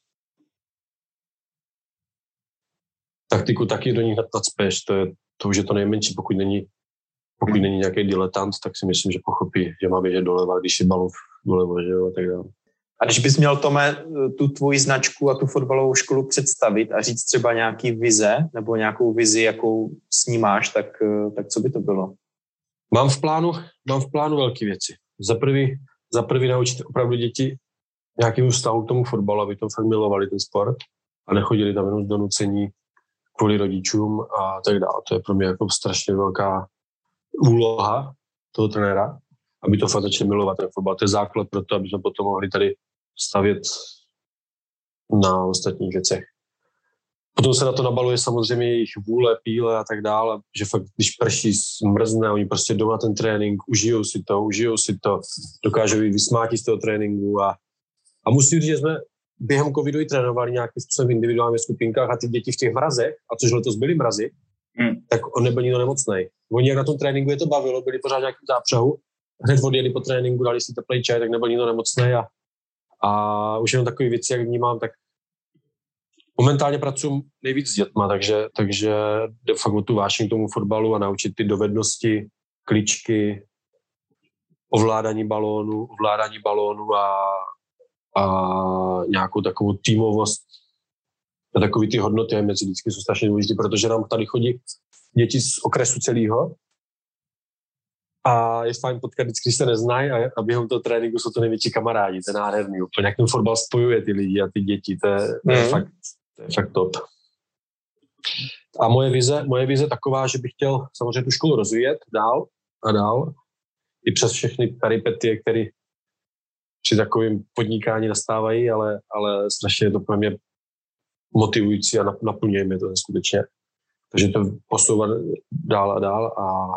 Taktiku taky do nich nacpeš, to, je, to už je to nejmenší, pokud není, pokud hmm. není nějaký diletant, tak si myslím, že pochopí, že má běžet doleva, když je balon dolevo, že jo, a tak dále. A když bys měl, Tome, tu tvoji značku a tu fotbalovou školu představit a říct třeba nějaký vize nebo nějakou vizi, jakou snímáš, tak, tak co by to bylo? Mám v plánu, mám v plánu velké věci. Za prvý, za prvý naučit opravdu děti nějakým vztahu k tomu fotbalu, aby to fakt milovali ten sport a nechodili tam jenom z donucení kvůli rodičům a tak dále. To je pro mě jako strašně velká úloha toho trenéra, aby to fakt začali milovat ten fotbal. To je základ pro to, aby jsme potom mohli tady stavět na ostatních věcech. Potom se na to nabaluje samozřejmě jejich vůle, píle a tak dále, že fakt, když prší, mrzne, oni prostě jdou na ten trénink, užijou si to, užijou si to, dokážou jít vysmátí z toho tréninku a, a musím říct, že jsme během covidu i trénovali nějakým způsobem v individuálních skupinkách a ty děti v těch mrazech, a což letos byly mrazy, hmm. tak on nebyl nikdo nemocnej. Oni jak na tom tréninku je to bavilo, byli pořád nějakým zápřahu, hned odjeli po tréninku, dali si teplej čaj, tak nebyl nikdo nemocnej a, a už jenom takový věci, jak vnímám, tak momentálně pracuji nejvíc s dětma, takže, takže jde fakt o tu vášeň k tomu fotbalu a naučit ty dovednosti, kličky, ovládání balónu, ovládání balónu a, a nějakou takovou týmovost a takový ty hodnoty a mezi vždycky jsou strašně důležité, protože nám tady chodí děti z okresu celého a je fajn potkat vždycky, když se neznají a, a během toho tréninku jsou to největší kamarádi, to je nádherný úplně, jak ten fotbal spojuje ty lidi a ty děti, to je, to je, mm. fakt, to je fakt top. A moje vize, moje vize taková, že bych chtěl samozřejmě tu školu rozvíjet dál a dál, i přes všechny peripetie, které při takovém podnikání nastávají, ale, ale strašně je to pro mě motivující a naplňuje mě to skutečně. Takže to posouvat dál a dál a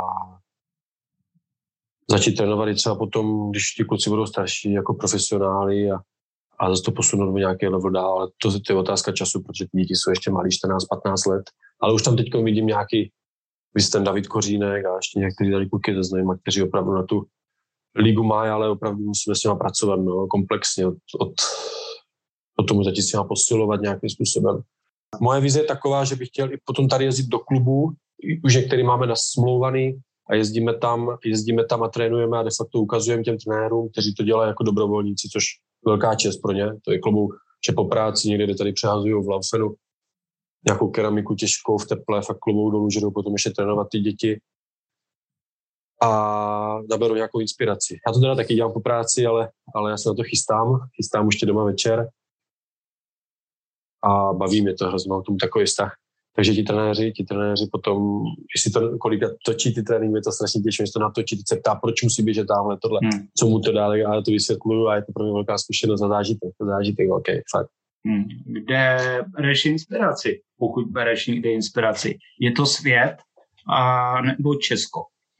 začít trénovat i třeba potom, když ti kluci budou starší jako profesionály a, a zase to posunout do nějaké level dál, ale to, to je otázka času, protože ty děti jsou ještě malí, čtrnáct patnáct let, ale už tam teď vidím nějaký, vy ten David Kořínek a ještě některý tady kluky ze Znojma, kteří opravdu na tu ligu mají, ale opravdu musíme s nimi pracovat no, komplexně od, od, od tomu začít s nimi posilovat nějakým způsobem. Moje vize je taková, že bych chtěl i potom tady jezdit do klubu, už některý máme nasmlouvaný a jezdíme tam, jezdíme tam a trénujeme a de facto ukazujeme těm trenérům, kteří to dělají jako dobrovolníci, což velká čest pro ně. To je klobouk, že po práci někde, kde tady přehazují v Laufenu nějakou keramiku těžkou v teple, fakt klobouk dolů, že jdou potom ještě trénovat ty děti a naberou nějakou inspiraci. Já to teda taky dělám po práci, ale, ale já se na to chystám. Chystám už tě doma večer a baví mě to hrozně, mám tomu takový vztah. Takže ti trenéři, ti trenéři potom, jestli to kolikrát točí ty tréninky, je to strašně těžké, že to natočí, teď se ptá, proč musí běžet tamhle tohle, hmm. co mu to dá, tak já to vysvětluju a je to pro mě velká zkušenost a zážitek, zážitek velký, fakt. Hmm. Kde bereš inspiraci, pokud bereš někde inspiraci? Je to svět a nebo Česko?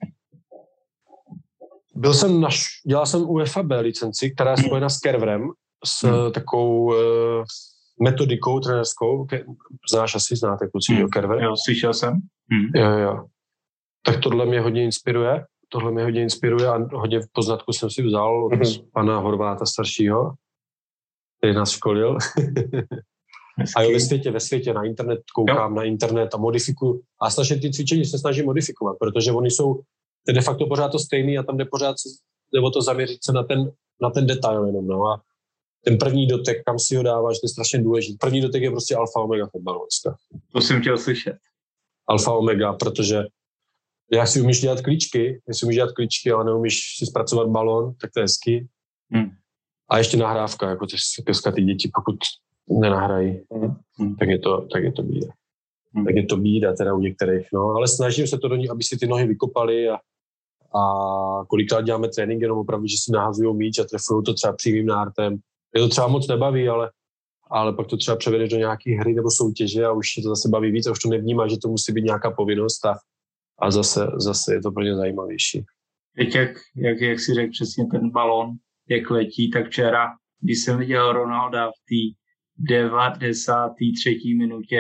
Byl jsem, naš, dělal jsem u F A B licenci, která je spojena s Kervrem, s hmm. takovou uh, metodikou trenérskou, znáš asi, znáte kluci, hmm. Kerver? Jo, slyšel jsem. Hmm. Jo, jo. Tak tohle mě hodně inspiruje, tohle mě hodně inspiruje a hodně v poznatku jsem si vzal od hmm. pana Horváta staršího, který nás školil. A jo, ve světě, ve světě, na internet koukám, jo. na internet a modifikuju. A snažím ty cvičení se snažím modifikovat, protože oni jsou to je de facto pořád to stejný a tam jde pořád jde o to zaměřit se na ten, na ten detail jenom. No. A ten první dotek, kam si ho dáváš, to je strašně důležitý. První dotek je prostě alfa omega fotbalu. To jsem chtěl slyšet. Alfa omega, protože jak si umíš dělat klíčky, jestli umíš dělat klíčky, ale neumíš si zpracovat balón, tak to je hezky. Hmm. A ještě nahrávka, jako dneska ty děti, pokud nenahrají, hmm. tak je to, tak je to bída. Hmm. Tak je to bída teda u některých. No. Ale snažím se to do ní, aby si ty nohy vykopali a, a kolikrát děláme trénink jenom opravdu, že si nahazují míč a trefují to třeba přímým nártem. Je to třeba moc nebaví, ale, ale pak to třeba převedeš do nějaké hry nebo soutěže a už to zase baví víc a už to nevnímá, že to musí být nějaká povinnost a, a zase, zase je to pro ně zajímavější. Teď jak, jak, jak si řekl přesně ten balón, jak letí, tak včera, když jsem viděl Ronalda v té devadesáté třetí minutě,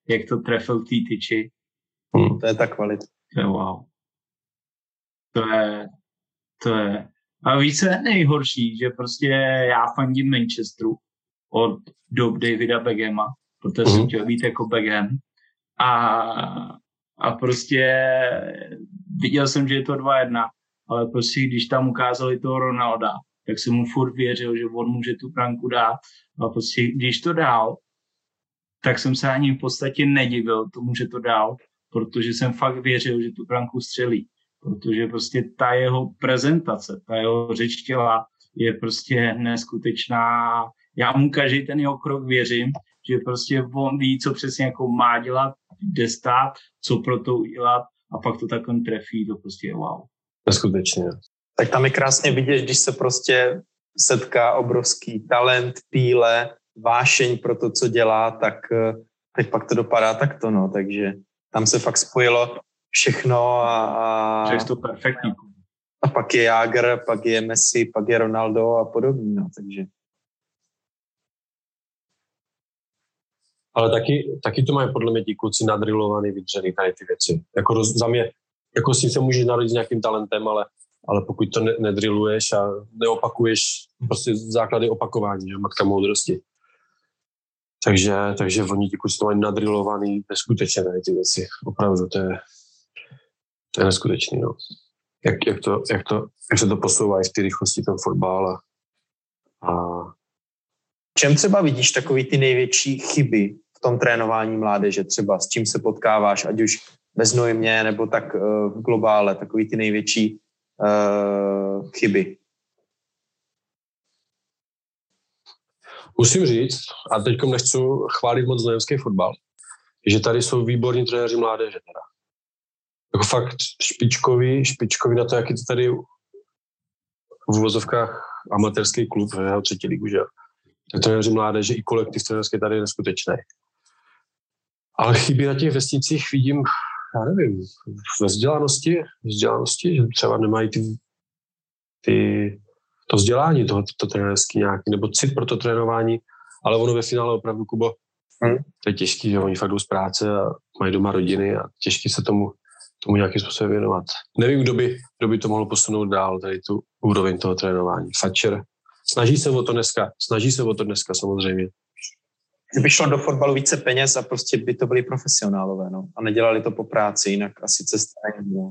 jak to trefil v té tyči. Hmm, to je ta kvalita. To je wow. To je, to je. A víc je nejhorší, že prostě já fandím Manchesteru od dob Davida Beckhama, protože mm. jsem chtěl být jako Beckham. A, a prostě viděl jsem, že je to dva jedna, ale prostě když tam ukázali toho Ronalda, tak jsem mu furt věřil, že on může tu branku dát. A prostě když to dal, tak jsem se ani v podstatě nedivil tomu, že to dal, protože jsem fakt věřil, že tu branku střelí. Protože prostě ta jeho prezentace, ta jeho řeč těla je prostě neskutečná. Já mu každý ten jeho krok věřím, že prostě on ví, co přesně jako má dělat, kde stát, co pro to udělat a pak to takhle trefí, to prostě je wow. Neskutečně. Tak tam je krásně vidět, když se prostě setká obrovský talent, píle, vášeň pro to, co dělá, tak, tak pak to dopadá takto, no, takže tam se fakt spojilo všechno a, a, je to perfektní. A pak je Jágr, pak je Messi, pak je Ronaldo a podobně, no, takže. Ale taky, taky to mají podle mě ti kluci nadrilovaný, vydřený tady ty věci. Jako roz, za mě, jako s tím se můžeš narodit s nějakým talentem, ale, ale pokud to ne, nedriluješ a neopakuješ, prostě základy opakování, že, matka moudrosti. Takže, takže oni ti kluci to mají nadrilovaný neskutečně tady ty věci. Opravdu, to je, to je neskutečný, no. Jak, jak, to, jak, to, jak se to posouvá v té rychlosti ten fotbal a, a v čem třeba vidíš takový ty největší chyby v tom trénování mládeže, třeba s čím se potkáváš, ať už beznojmě, nebo tak uh, v globále, takový ty největší uh, chyby? Musím říct, a teď nechci chválit moc znojemský fotbal, že tady jsou výborní trenéři mládeže teda. Jako fakt špičkový, špičkový na to, jak je to tady v uvozovkách amatérský klub, jeho třetí ligu, že tak trenéři mládeže i kolektiv trenérský tady je neskutečný. Ale chybí na těch vesnicích vidím, já nevím, ve vzdělanosti, vzdělanosti, že třeba nemají ty, ty, to vzdělání toho to trenérský nějaký, nebo cit pro to trénování, ale ono ve finále opravdu, Kubo, hmm. to je těžký, že oni fakt jdou z práce a mají doma rodiny a těžký se tomu, tomu nějakým způsobem věnovat. Nevím, kdo by, kdo by to mohl posunout dál, tady tu úroveň toho trénování. Fatcher. Snaží se o to dneska, snaží se o to dneska samozřejmě. Kdyby šlo do fotbalu více peněz a prostě by to byli profesionálové, no. A nedělali to po práci, jinak asi cesta nebyla.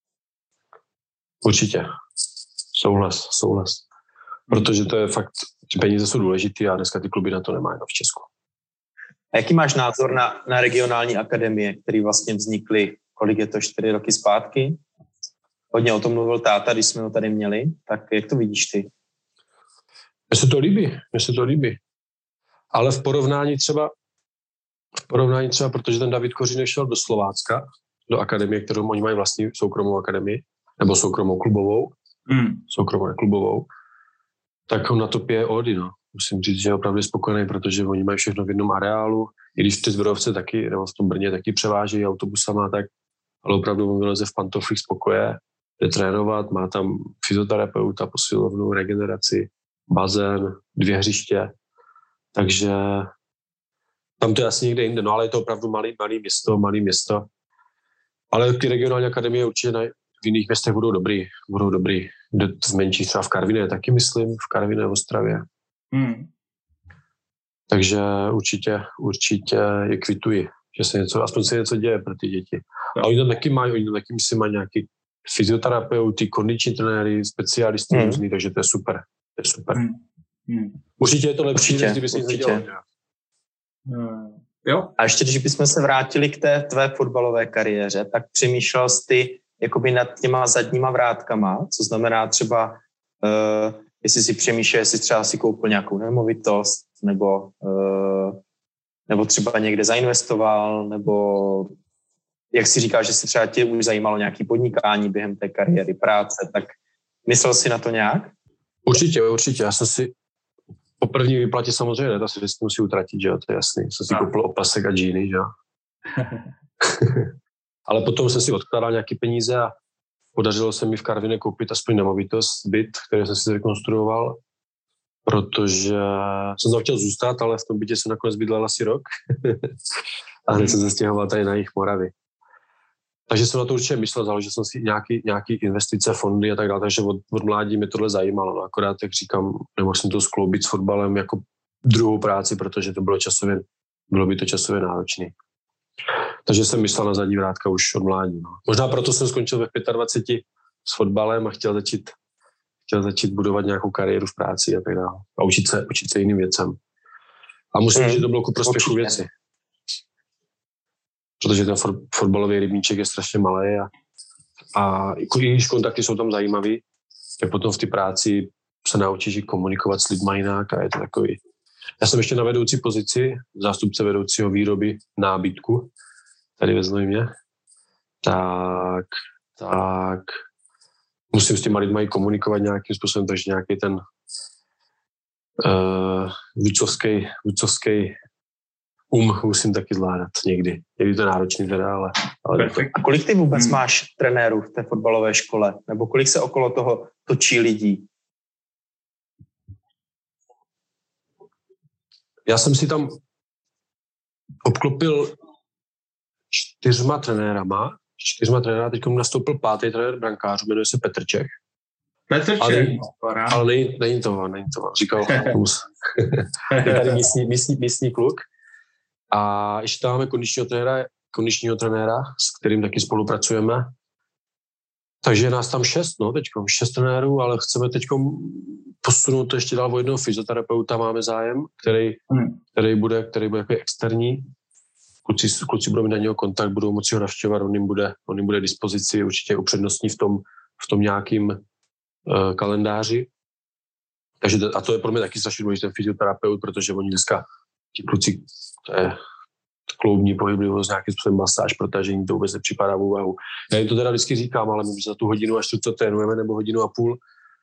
Určitě. Souhlas, souhlas. Protože to je fakt, ty peníze jsou důležitý a dneska ty kluby na to nemají, no, v Česku. A jaký máš názor na, na regionální akademie, které vlastně vznikly, kolik je to, čtyři roky zpátky? Hodně o tom mluvil táta, když jsme ho tady měli, tak jak to vidíš ty? Mně se to líbí, mně se to líbí. Ale v porovnání třeba, v porovnání třeba, protože ten David Kořínek šel do Slovácka, do akademie, kterou oni mají vlastní soukromou akademii, nebo soukromou klubovou, mm. soukromou klubovou, tak on na topě je Ody, no. Musím říct, že je opravdu spokojený, protože oni mají všechno v jednom areálu, i když v té Zbrojovce taky, nebo v tom Brně taky převážejí autobusama, tak, ale opravdu on vyleze v pantoflích z pokoje, jde trénovat, má tam fyzioterapeuta, posilovnu, regeneraci, bazén, dvě hřiště, takže tam to je asi někde jinde, no ale je to opravdu malý, malý město, malý město, ale ty regionální akademie určitě na, v jiných městech budou dobrý, budou dobrý, v menších třeba v Karviné taky myslím, v Karviné v Ostravě. Hmm. Takže určitě, určitě je kvituji, že se něco, aspoň se něco děje pro ty děti. A oni tam taky mají, oni tam taky myslím mají nějaký fyzioterapeuty, kondiční trenéry, specialisty hmm. různý, takže to je super, to je super. Hmm. Hmm. Určitě je to lepší, než kdyby si nic nedělal. Hmm. Jo. A ještě, když bychom se vrátili k té tvé fotbalové kariéře, tak přemýšlel jsi ty jakoby nad těma zadníma vrátkama, co znamená třeba, uh, jestli si přemýšlel, jestli třeba si koupil nějakou nemovitost, nebo, uh, nebo třeba někde zainvestoval, nebo jak si říkal, že si třeba tě už zajímalo nějaké podnikání během té kariéry, práce, tak myslel jsi na to nějak? Určitě, určitě. Já jsem si po první výplatě samozřejmě, to si vždycky musí utratit, že jo, to je jasný. Jsem si koupil opasek a džíny, že jo. Ale potom jsem si odkládal nějaké peníze a podařilo se mi v Karviné koupit aspoň nemovitost, byt, který jsem si zrekonstruoval. protože jsem tam chtěl zůstat, ale v tom bytě jsem nakonec bydlel asi rok a hned jsem se stěhoval tady na jih Moravy. Takže jsem na to určitě myslel, založil jsem si nějaký, nějaký investice, fondy a tak dále, takže od, od mládí mě tohle zajímalo. No, akorát, jak říkám, nemohl jsem to skloubit s fotbalem jako druhou práci, protože to bylo časově, bylo by to časově náročné. Takže jsem myslel na zadní vrátka už od mládí. No. Možná proto jsem skončil ve dvaceti pěti s fotbalem a chtěl začít, chtěl začít budovat nějakou kariéru v práci a tak dále. A učit se, učit se jiným věcem. A musím říct, že to bylo ku prospěchu věci. Protože ten fotbalový rybníček je strašně malý a, a i když kontakty jsou tam zajímavý, tak potom v té práci se naučíš i komunikovat s lidma jinak a je to takový. Já jsem ještě na vedoucí pozici, zástupce vedoucího výroby nábytku, tady ve Znojmě, tak, tak musím s těma lidma i komunikovat nějakým způsobem, takže nějaký ten uh, vůdcovský, vůdcovský um musím taky zvládat někdy. Někdy to je náročný teda, ale... ale a kolik ty vůbec hmm. máš trenérů v té fotbalové škole? Nebo kolik se okolo toho točí lidí? Já jsem si tam obklopil čtyřma trenérama. Čtyřma trenérama, teď mu nastoupil pátý trenér brankářů, jmenuje se Petr Čech. Petr Čech, ale, ale není, není to, není to, říkal Mus. Je tady místní, místní, místní kluk. A ještě tam máme kondičního trenéra, kondičního trenéra, s kterým taky spolupracujeme. Takže je nás tam šest, no, teďkom, šest trenérů, ale chceme teďkom posunout to ještě dál o jednoho fyzioterapeuta, máme zájem, který, hmm. který bude, který bude jako externí. Kluci, kluci budou mít na něho kontakt, budou moci ho navštěvovat, on jim bude, on jim bude dispozici, určitě upřednostní v tom, v tom nějakým uh, kalendáři. Takže a to je pro mě taky strašně důležitý ten fyzioterapeut, protože oni dneska, ti kluci, to je kloubní pohyblivost, nějakým způsobem masáž, protažení, to vůbec nepřipadá v úvahu. Já jim to teda vždycky říkám, ale my za tu hodinu až tu, co trénujeme, nebo hodinu a půl,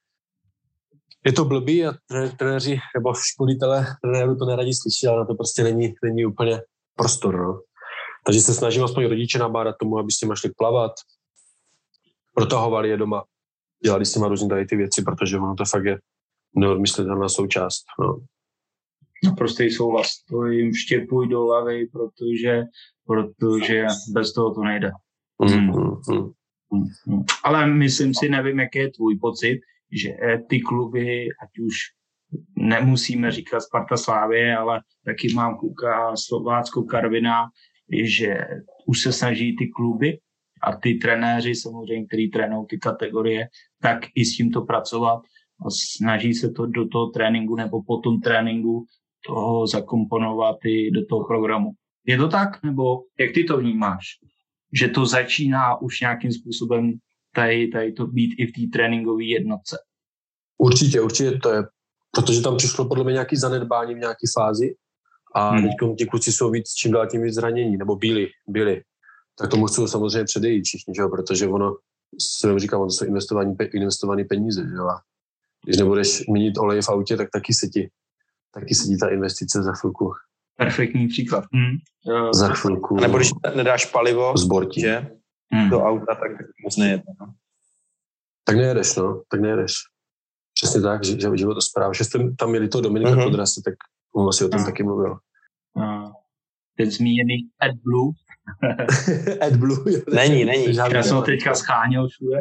je to blbý a trenéři nebo školitele trenérů to neradí slyší, ale na to prostě není, není úplně prostor. No. Takže se snažím aspoň rodiče nabádat tomu, aby s nimi šli plavat, protahovali je doma, dělali s nimi různě tady ty věci, protože ono to fakt je neodmyslitelná součást. No. No, prostý souhlas. To jim vštěpuj do hlavy, protože, protože bez toho to nejde. Mm, mm, mm. Mm. Ale myslím si, nevím, jaký je tvůj pocit, že ty kluby, ať už nemusíme říkat Sparta Slávie, ale taky mám kluka Slovácko Karviná, že už se snaží ty kluby a ty trenéři samozřejmě, který trénují ty kategorie, tak i s tímto pracovat a snaží se to do toho tréninku nebo po tom tréninku toho zakomponovat i do toho programu. Je to tak? Nebo jak ty to vnímáš? Že to začíná už nějakým způsobem tady, tady to být i v té tréninkové jednotce? Určitě, určitě to je. Protože tam přišlo podle mě nějaké zanedbání v nějaké fázi a hmm. teď ti kluci jsou víc, čím dál tím víc zranění, nebo byli, byli. Tak tomu chcou samozřejmě předejít všichni, že jo? Protože ono, jsem říkal, ono jsou investované investované peníze, že jo? A když nebudeš měnit olej v autě, tak taky se ti taky sedí ta investice za chvilku. Perfektní příklad. Hmm. Za chvilku. A nebo když nedáš palivo že? Hmm. do auta, tak moc nejede. No? Tak nejedeš, no. Tak nejedeš. Přesně tak, že, že život to zpráv. Že jste tam měli toho Dominika uh-huh. Kodrasy, tak on asi o tom uh-huh. taky mluvil. Uh, ten zmíněný AdBlue. AdBlue. Jo, není, není. Já jsem ho teďka scháněl všude.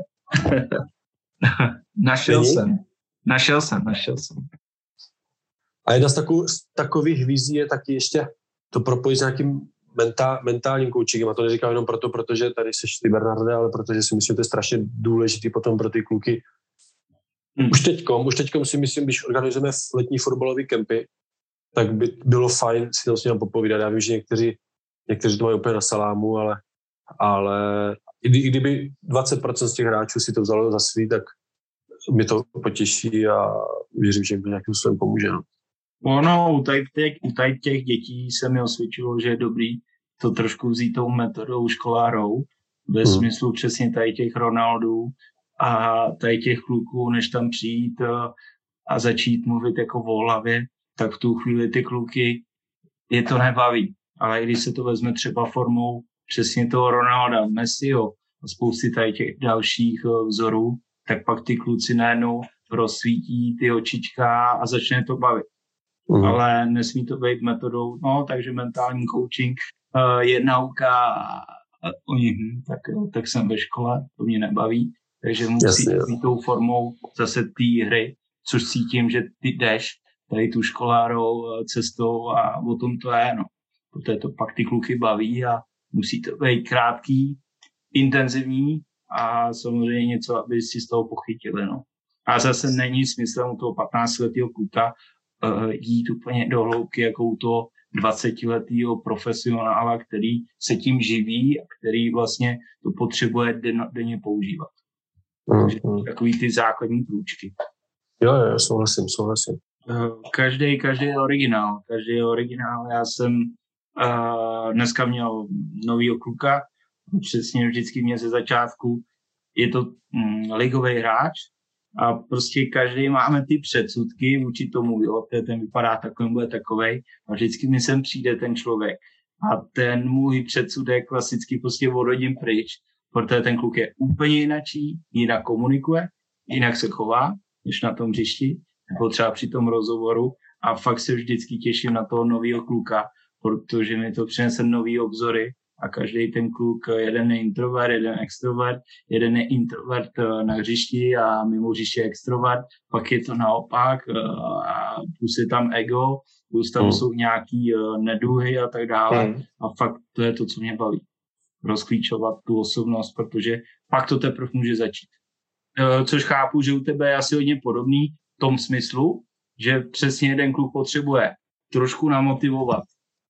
našel není? jsem. Našel jsem, našel jsem. A jedna z, takovou, z takových vizí je taky ještě to propojit s nějakým mentál, mentálním koučingem. A to neříkám jenom proto, protože tady seš ty Bernarde, ale protože si myslím, že to je strašně důležitý potom pro ty kluky. Hmm. Už teďkom, už teďkom si myslím, když organizujeme letní fotbalové kempy, tak by bylo fajn si to s ním popovídat. Já vím, že někteří, někteří to mají úplně na salámu, ale, ale i kdyby dvacet procent z těch hráčů si to vzalo za svý, tak mi to potěší a věřím, že jim to nějakým způsobem pomůže. No. Ono, u tady, těch, u tady těch dětí se mi osvědčilo, že je dobrý to trošku vzít tou metodou školárou, ve hmm. smyslu přesně tady těch Ronaldů a tady těch kluků, než tam přijít a, a začít mluvit jako o hlavě, tak v tu chvíli ty kluky je to nebaví. Ale když se to vezme třeba formou přesně toho Ronalda, Messiho a spousty tady těch dalších vzorů, tak pak ty kluci najednou rozsvítí ty očička a začne to bavit. Mm. Ale nesmí to být metodou, no, takže mentální coaching uh, je nauka o nich, tak, tak jsem ve škole, to mě nebaví, takže musí být tou formou zase té hry, což cítím, že ty jdeš tady tu školárou cestou a o tom to je, no. Protože to pak ty kluky baví a musí to být krátký, intenzivní a samozřejmě něco, aby si z toho pochytili, no. A zase není smyslem u toho patnáctiletého kluka uh, jít úplně do hloubky, jako u toho dvacetiletého profesionála, který se tím živí a který vlastně to potřebuje den, denně používat. Mm-hmm. Takový ty základní krůčky. Jo, jo, souhlasím, souhlasím. Každý, každý je originál. Každý je originál. Já jsem uh, dneska měl novýho kluka, přesně vždycky mě ze začátku, je to mm, ligový hráč a prostě každý máme ty předsudky vůči tomu, jo, ten vypadá takový, bude takovej a vždycky mi sem přijde ten člověk a ten můj předsudek klasicky prostě odhodím pryč, protože ten kluk je úplně jinačí, jinak komunikuje, jinak se chová, než na tom hřišti, nebo třeba při tom rozhovoru a fakt se vždycky těším na toho novýho kluka, protože mi to přinese nový obzory a každý ten kluk, jeden je introvert, jeden extrovert, jeden je introvert na hřišti a mimo hřiště extrovert, pak je to naopak a plus je tam ego, plus tam mm. jsou nějaký neduhy a tak dále mm. a fakt to je to, co mě baví. Rozklíčovat tu osobnost, protože pak to teprve může začít. Což chápu, že u tebe je asi hodně podobný v tom smyslu, že přesně jeden kluk potřebuje trošku namotivovat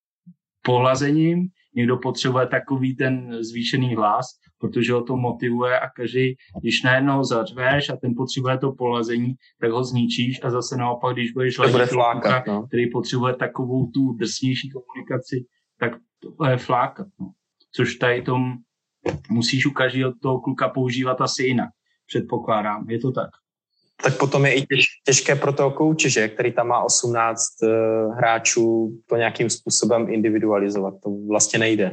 pohlazením, někdo potřebuje takový ten zvýšený hlas, protože ho to motivuje a každý, když najednou zařveš a ten potřebuje to pohlazení, tak ho zničíš a zase naopak, když budeš ladit kluka, no. který potřebuje takovou tu drsnější komunikaci, tak to bude flákat. No. Což tady tom musíš u každého toho kluka používat asi jinak. Předpokládám, je to tak. Tak potom je i těž, těžké pro toho kouče, že, který tam má osmnáct uh, hráčů, to nějakým způsobem individualizovat. To vlastně nejde.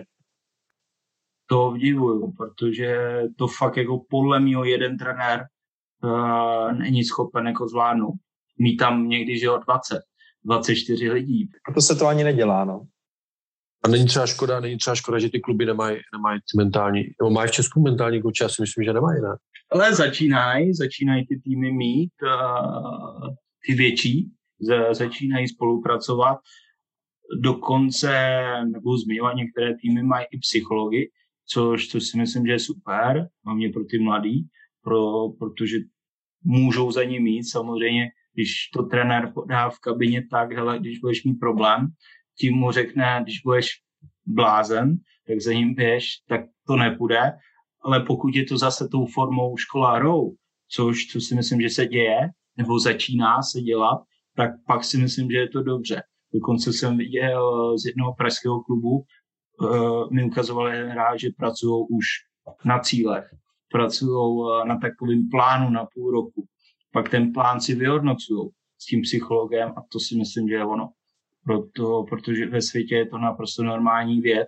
To vdivuju, protože to fakt jako podle mýho jeden trenér uh, není schopen jako zvládnout. Mít tam někdy, že jo, dvacet, dvacet čtyři lidí. Proto se to ani nedělá, no. A není třeba škoda, není třeba škoda, že ty kluby nemají, nemají mentální, nebo mají v Česku mentální kouče, já si myslím, že nemají, ne? Ale začínají, začínají ty týmy mít, uh, ty větší, z, začínají spolupracovat, dokonce, nebo zmiňovat, některé týmy mají i psychologi, což, což si myslím, že je super, hlavně pro ty mladý, pro, protože můžou za ně mít, samozřejmě, když to trenér podá v kabině tak, hele, když budeš mít problém, tím mu řekne, když budeš blázen, tak za ním běž, tak to nepůjde, ale pokud je to zase tou formou školárou, což, co si myslím, že se děje, nebo začíná se dělat, tak pak si myslím, že je to dobře. Dokonce jsem viděl z jednoho pražského klubu, uh, mi ukazovali hráč, že pracují už na cílech, pracují na takovém plánu na půl roku. Pak ten plán si vyhodnocují s tím psychologem a to si myslím, že je ono. Proto, protože ve světě je to naprosto normální věc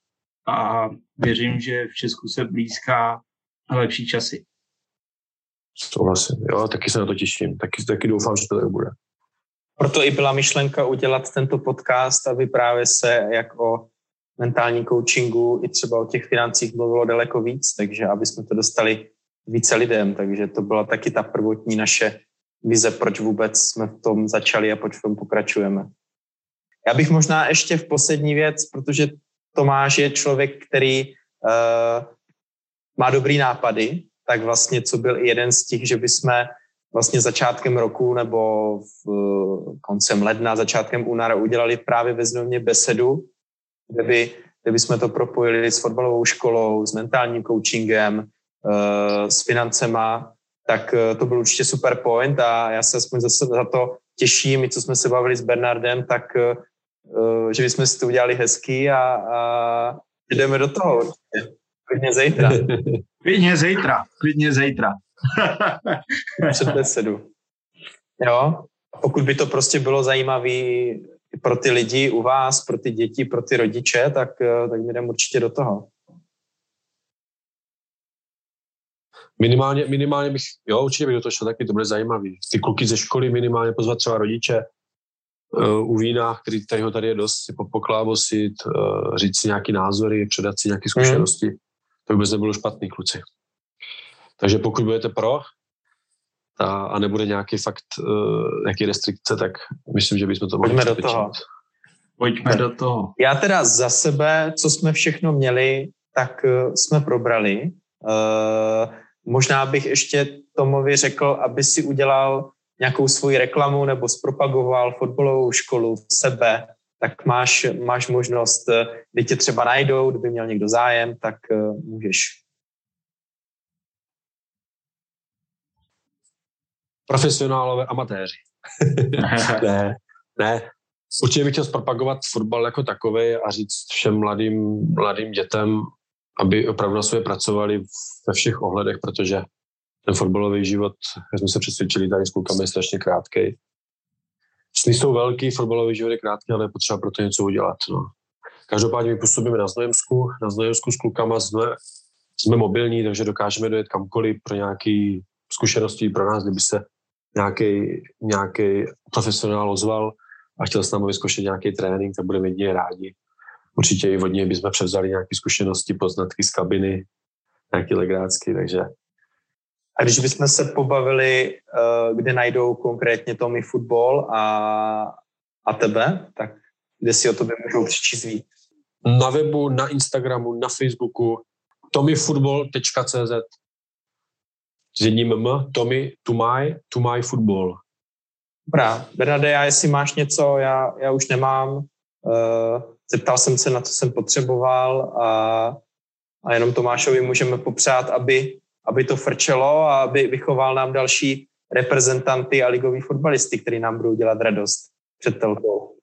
a věřím, že v Česku se blízká lepší časy. Souhlasím, jo, taky se na to těším, taky, taky doufám, že to tak bude. Proto i byla myšlenka udělat tento podcast, aby právě se jak o mentální coachingu i třeba o těch financích mluvilo daleko víc, takže aby jsme to dostali více lidem, takže to byla taky ta prvotní naše vize, proč vůbec jsme v tom začali a proč v tom pokračujeme. Já bych možná ještě v poslední věc, protože Tomáš je člověk, který uh, má dobrý nápady, tak vlastně co byl i jeden z těch, že bychom vlastně začátkem roku nebo v, uh, koncem ledna, začátkem února udělali právě ve Znojmě besedu, kde by, kde by jsme to propojili s fotbalovou školou, s mentálním coachingem, uh, s financema, tak uh, to byl určitě super point a já se aspoň zase za to těším, i co jsme se bavili s Bernardem, tak uh, Uh, že bychom si to udělali hezký a, a jdeme do toho. Klidně zítra. Klidně zítra. Klidně zítra. Před besedu. Jo, pokud by to prostě bylo zajímavé pro ty lidi u vás, pro ty děti, pro ty rodiče, tak, tak my jdeme určitě do toho. Minimálně, minimálně bych, jo, určitě bych do toho šel taky, to bude zajímavý. Ty kluky ze školy minimálně pozvat třeba rodiče uh, u vína, který tady ho tady je dost, si poklábosit, uh, říct si nějaký názory, předat si nějaké zkušenosti. Mm. To vůbec nebylo špatný, kluci. Takže pokud budete pro a, a nebude nějaký fakt, uh, nějaký restrikce, tak myslím, že bychom to mohli Pojďme do toho. Pojďme do toho. Já teda za sebe, co jsme všechno měli, tak uh, jsme probrali. Uh, možná bych ještě Tomovi řekl, aby si udělal nějakou svoji reklamu nebo zpropagoval fotbalovou školu v sebe, tak máš, máš možnost, kdy tě třeba najdou, kdyby měl někdo zájem, tak uh, můžeš. Profesionálové amatéři. ne, ne. Určitě bych chtěl zpropagovat fotbal jako takovej a říct všem mladým, mladým dětem, aby opravdu na sobě pracovali ve všech ohledech, protože ten fotbalový život, jak jsme se přesvědčili tady s klukami, je strašně krátkej. Sny jsou velký, fotbalový život je krátký, ale je potřeba pro to něco udělat. No. Každopádně my působíme na Znojemsku, na Znojemsku s klukama jsme, jsme mobilní, takže dokážeme dojet kamkoliv pro nějaké zkušenosti pro nás, kdyby se nějaký profesionál ozval a chtěl s námi vyzkoušet nějaký trénink, tak budeme jedině rádi. Určitě i od něj bychom převzali nějaké zkušenosti, poznatky z kabiny, nějaké legrácky, takže... A když bychom se pobavili, kde najdou konkrétně Tommy Football a, a tebe, tak kde si o tobě můžou přečíst víc? Na webu, na Instagramu, na Facebooku tommyfootball tečka cé zet s jedním M, Tommy, Tumaj, Tumaj Football. Dobrá, Bernarde, já jestli máš něco, já, já už nemám. Uh, zeptal jsem se, na co jsem potřeboval a, a jenom Tomášovi můžeme popřát, aby, aby to frčelo a aby vychoval nám další reprezentanty a ligový fotbalisty, který nám budou dělat radost před telkou.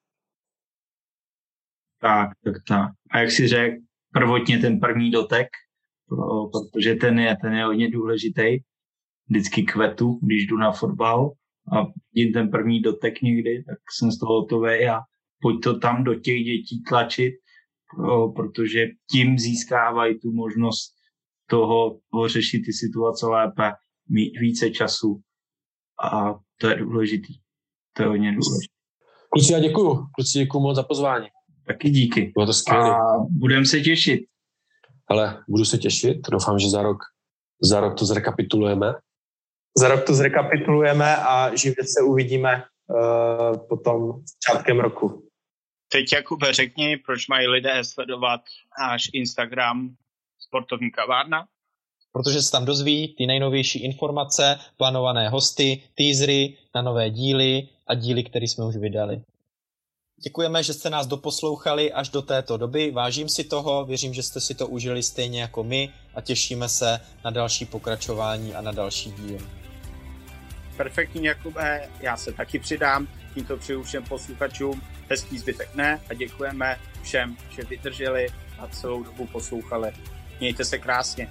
Tak, tak, tak. A jak si řekl, prvotně ten první dotek, pro, protože ten je, ten je hodně důležitý. Vždycky kvetu, když jdu na fotbal a vidím ten první dotek někdy, tak jsem z toho hotový a pojď to tam do těch dětí tlačit, pro, protože tím získávají tu možnost toho, toho řešit ty situace lépe, mít více času a to je důležitý. To je hodně důležité. Kluci, já děkuju. Kluci, děkuju moc za pozvání. Taky díky. Bylo to skvělé. A budeme se těšit. Ale budu se těšit. Doufám, že za rok, za rok to zrekapitulujeme. Za rok to zrekapitulujeme a živě se uvidíme uh, potom začátkem roku. Teď, Jakube, řekni, proč mají lidé sledovat náš Instagram Sportovní kavárna? Protože se tam dozví ty nejnovější informace, plánované hosty, teasery na nové díly a díly, které jsme už vydali. Děkujeme, že jste nás doposlouchali až do této doby. Vážím si toho, věřím, že jste si to užili stejně jako my a těšíme se na další pokračování a na další díl. Perfektní, Jakube, já se taky přidám. Tímto přeju všem posluchačům hezký zbytek dne a děkujeme všem, že vydrželi a celou dobu poslouchali. Mějte se krásně.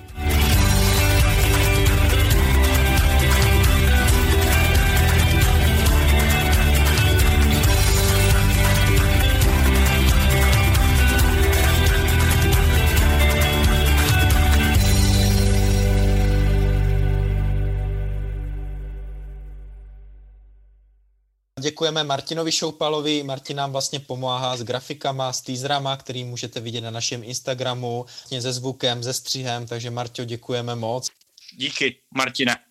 Děkujeme Martinovi Šoupalovi. Martin nám vlastně pomáhá s grafikama, s teaserama, který můžete vidět na našem Instagramu, se zvukem, se střihem, takže Marťo, děkujeme moc. Díky, Martine.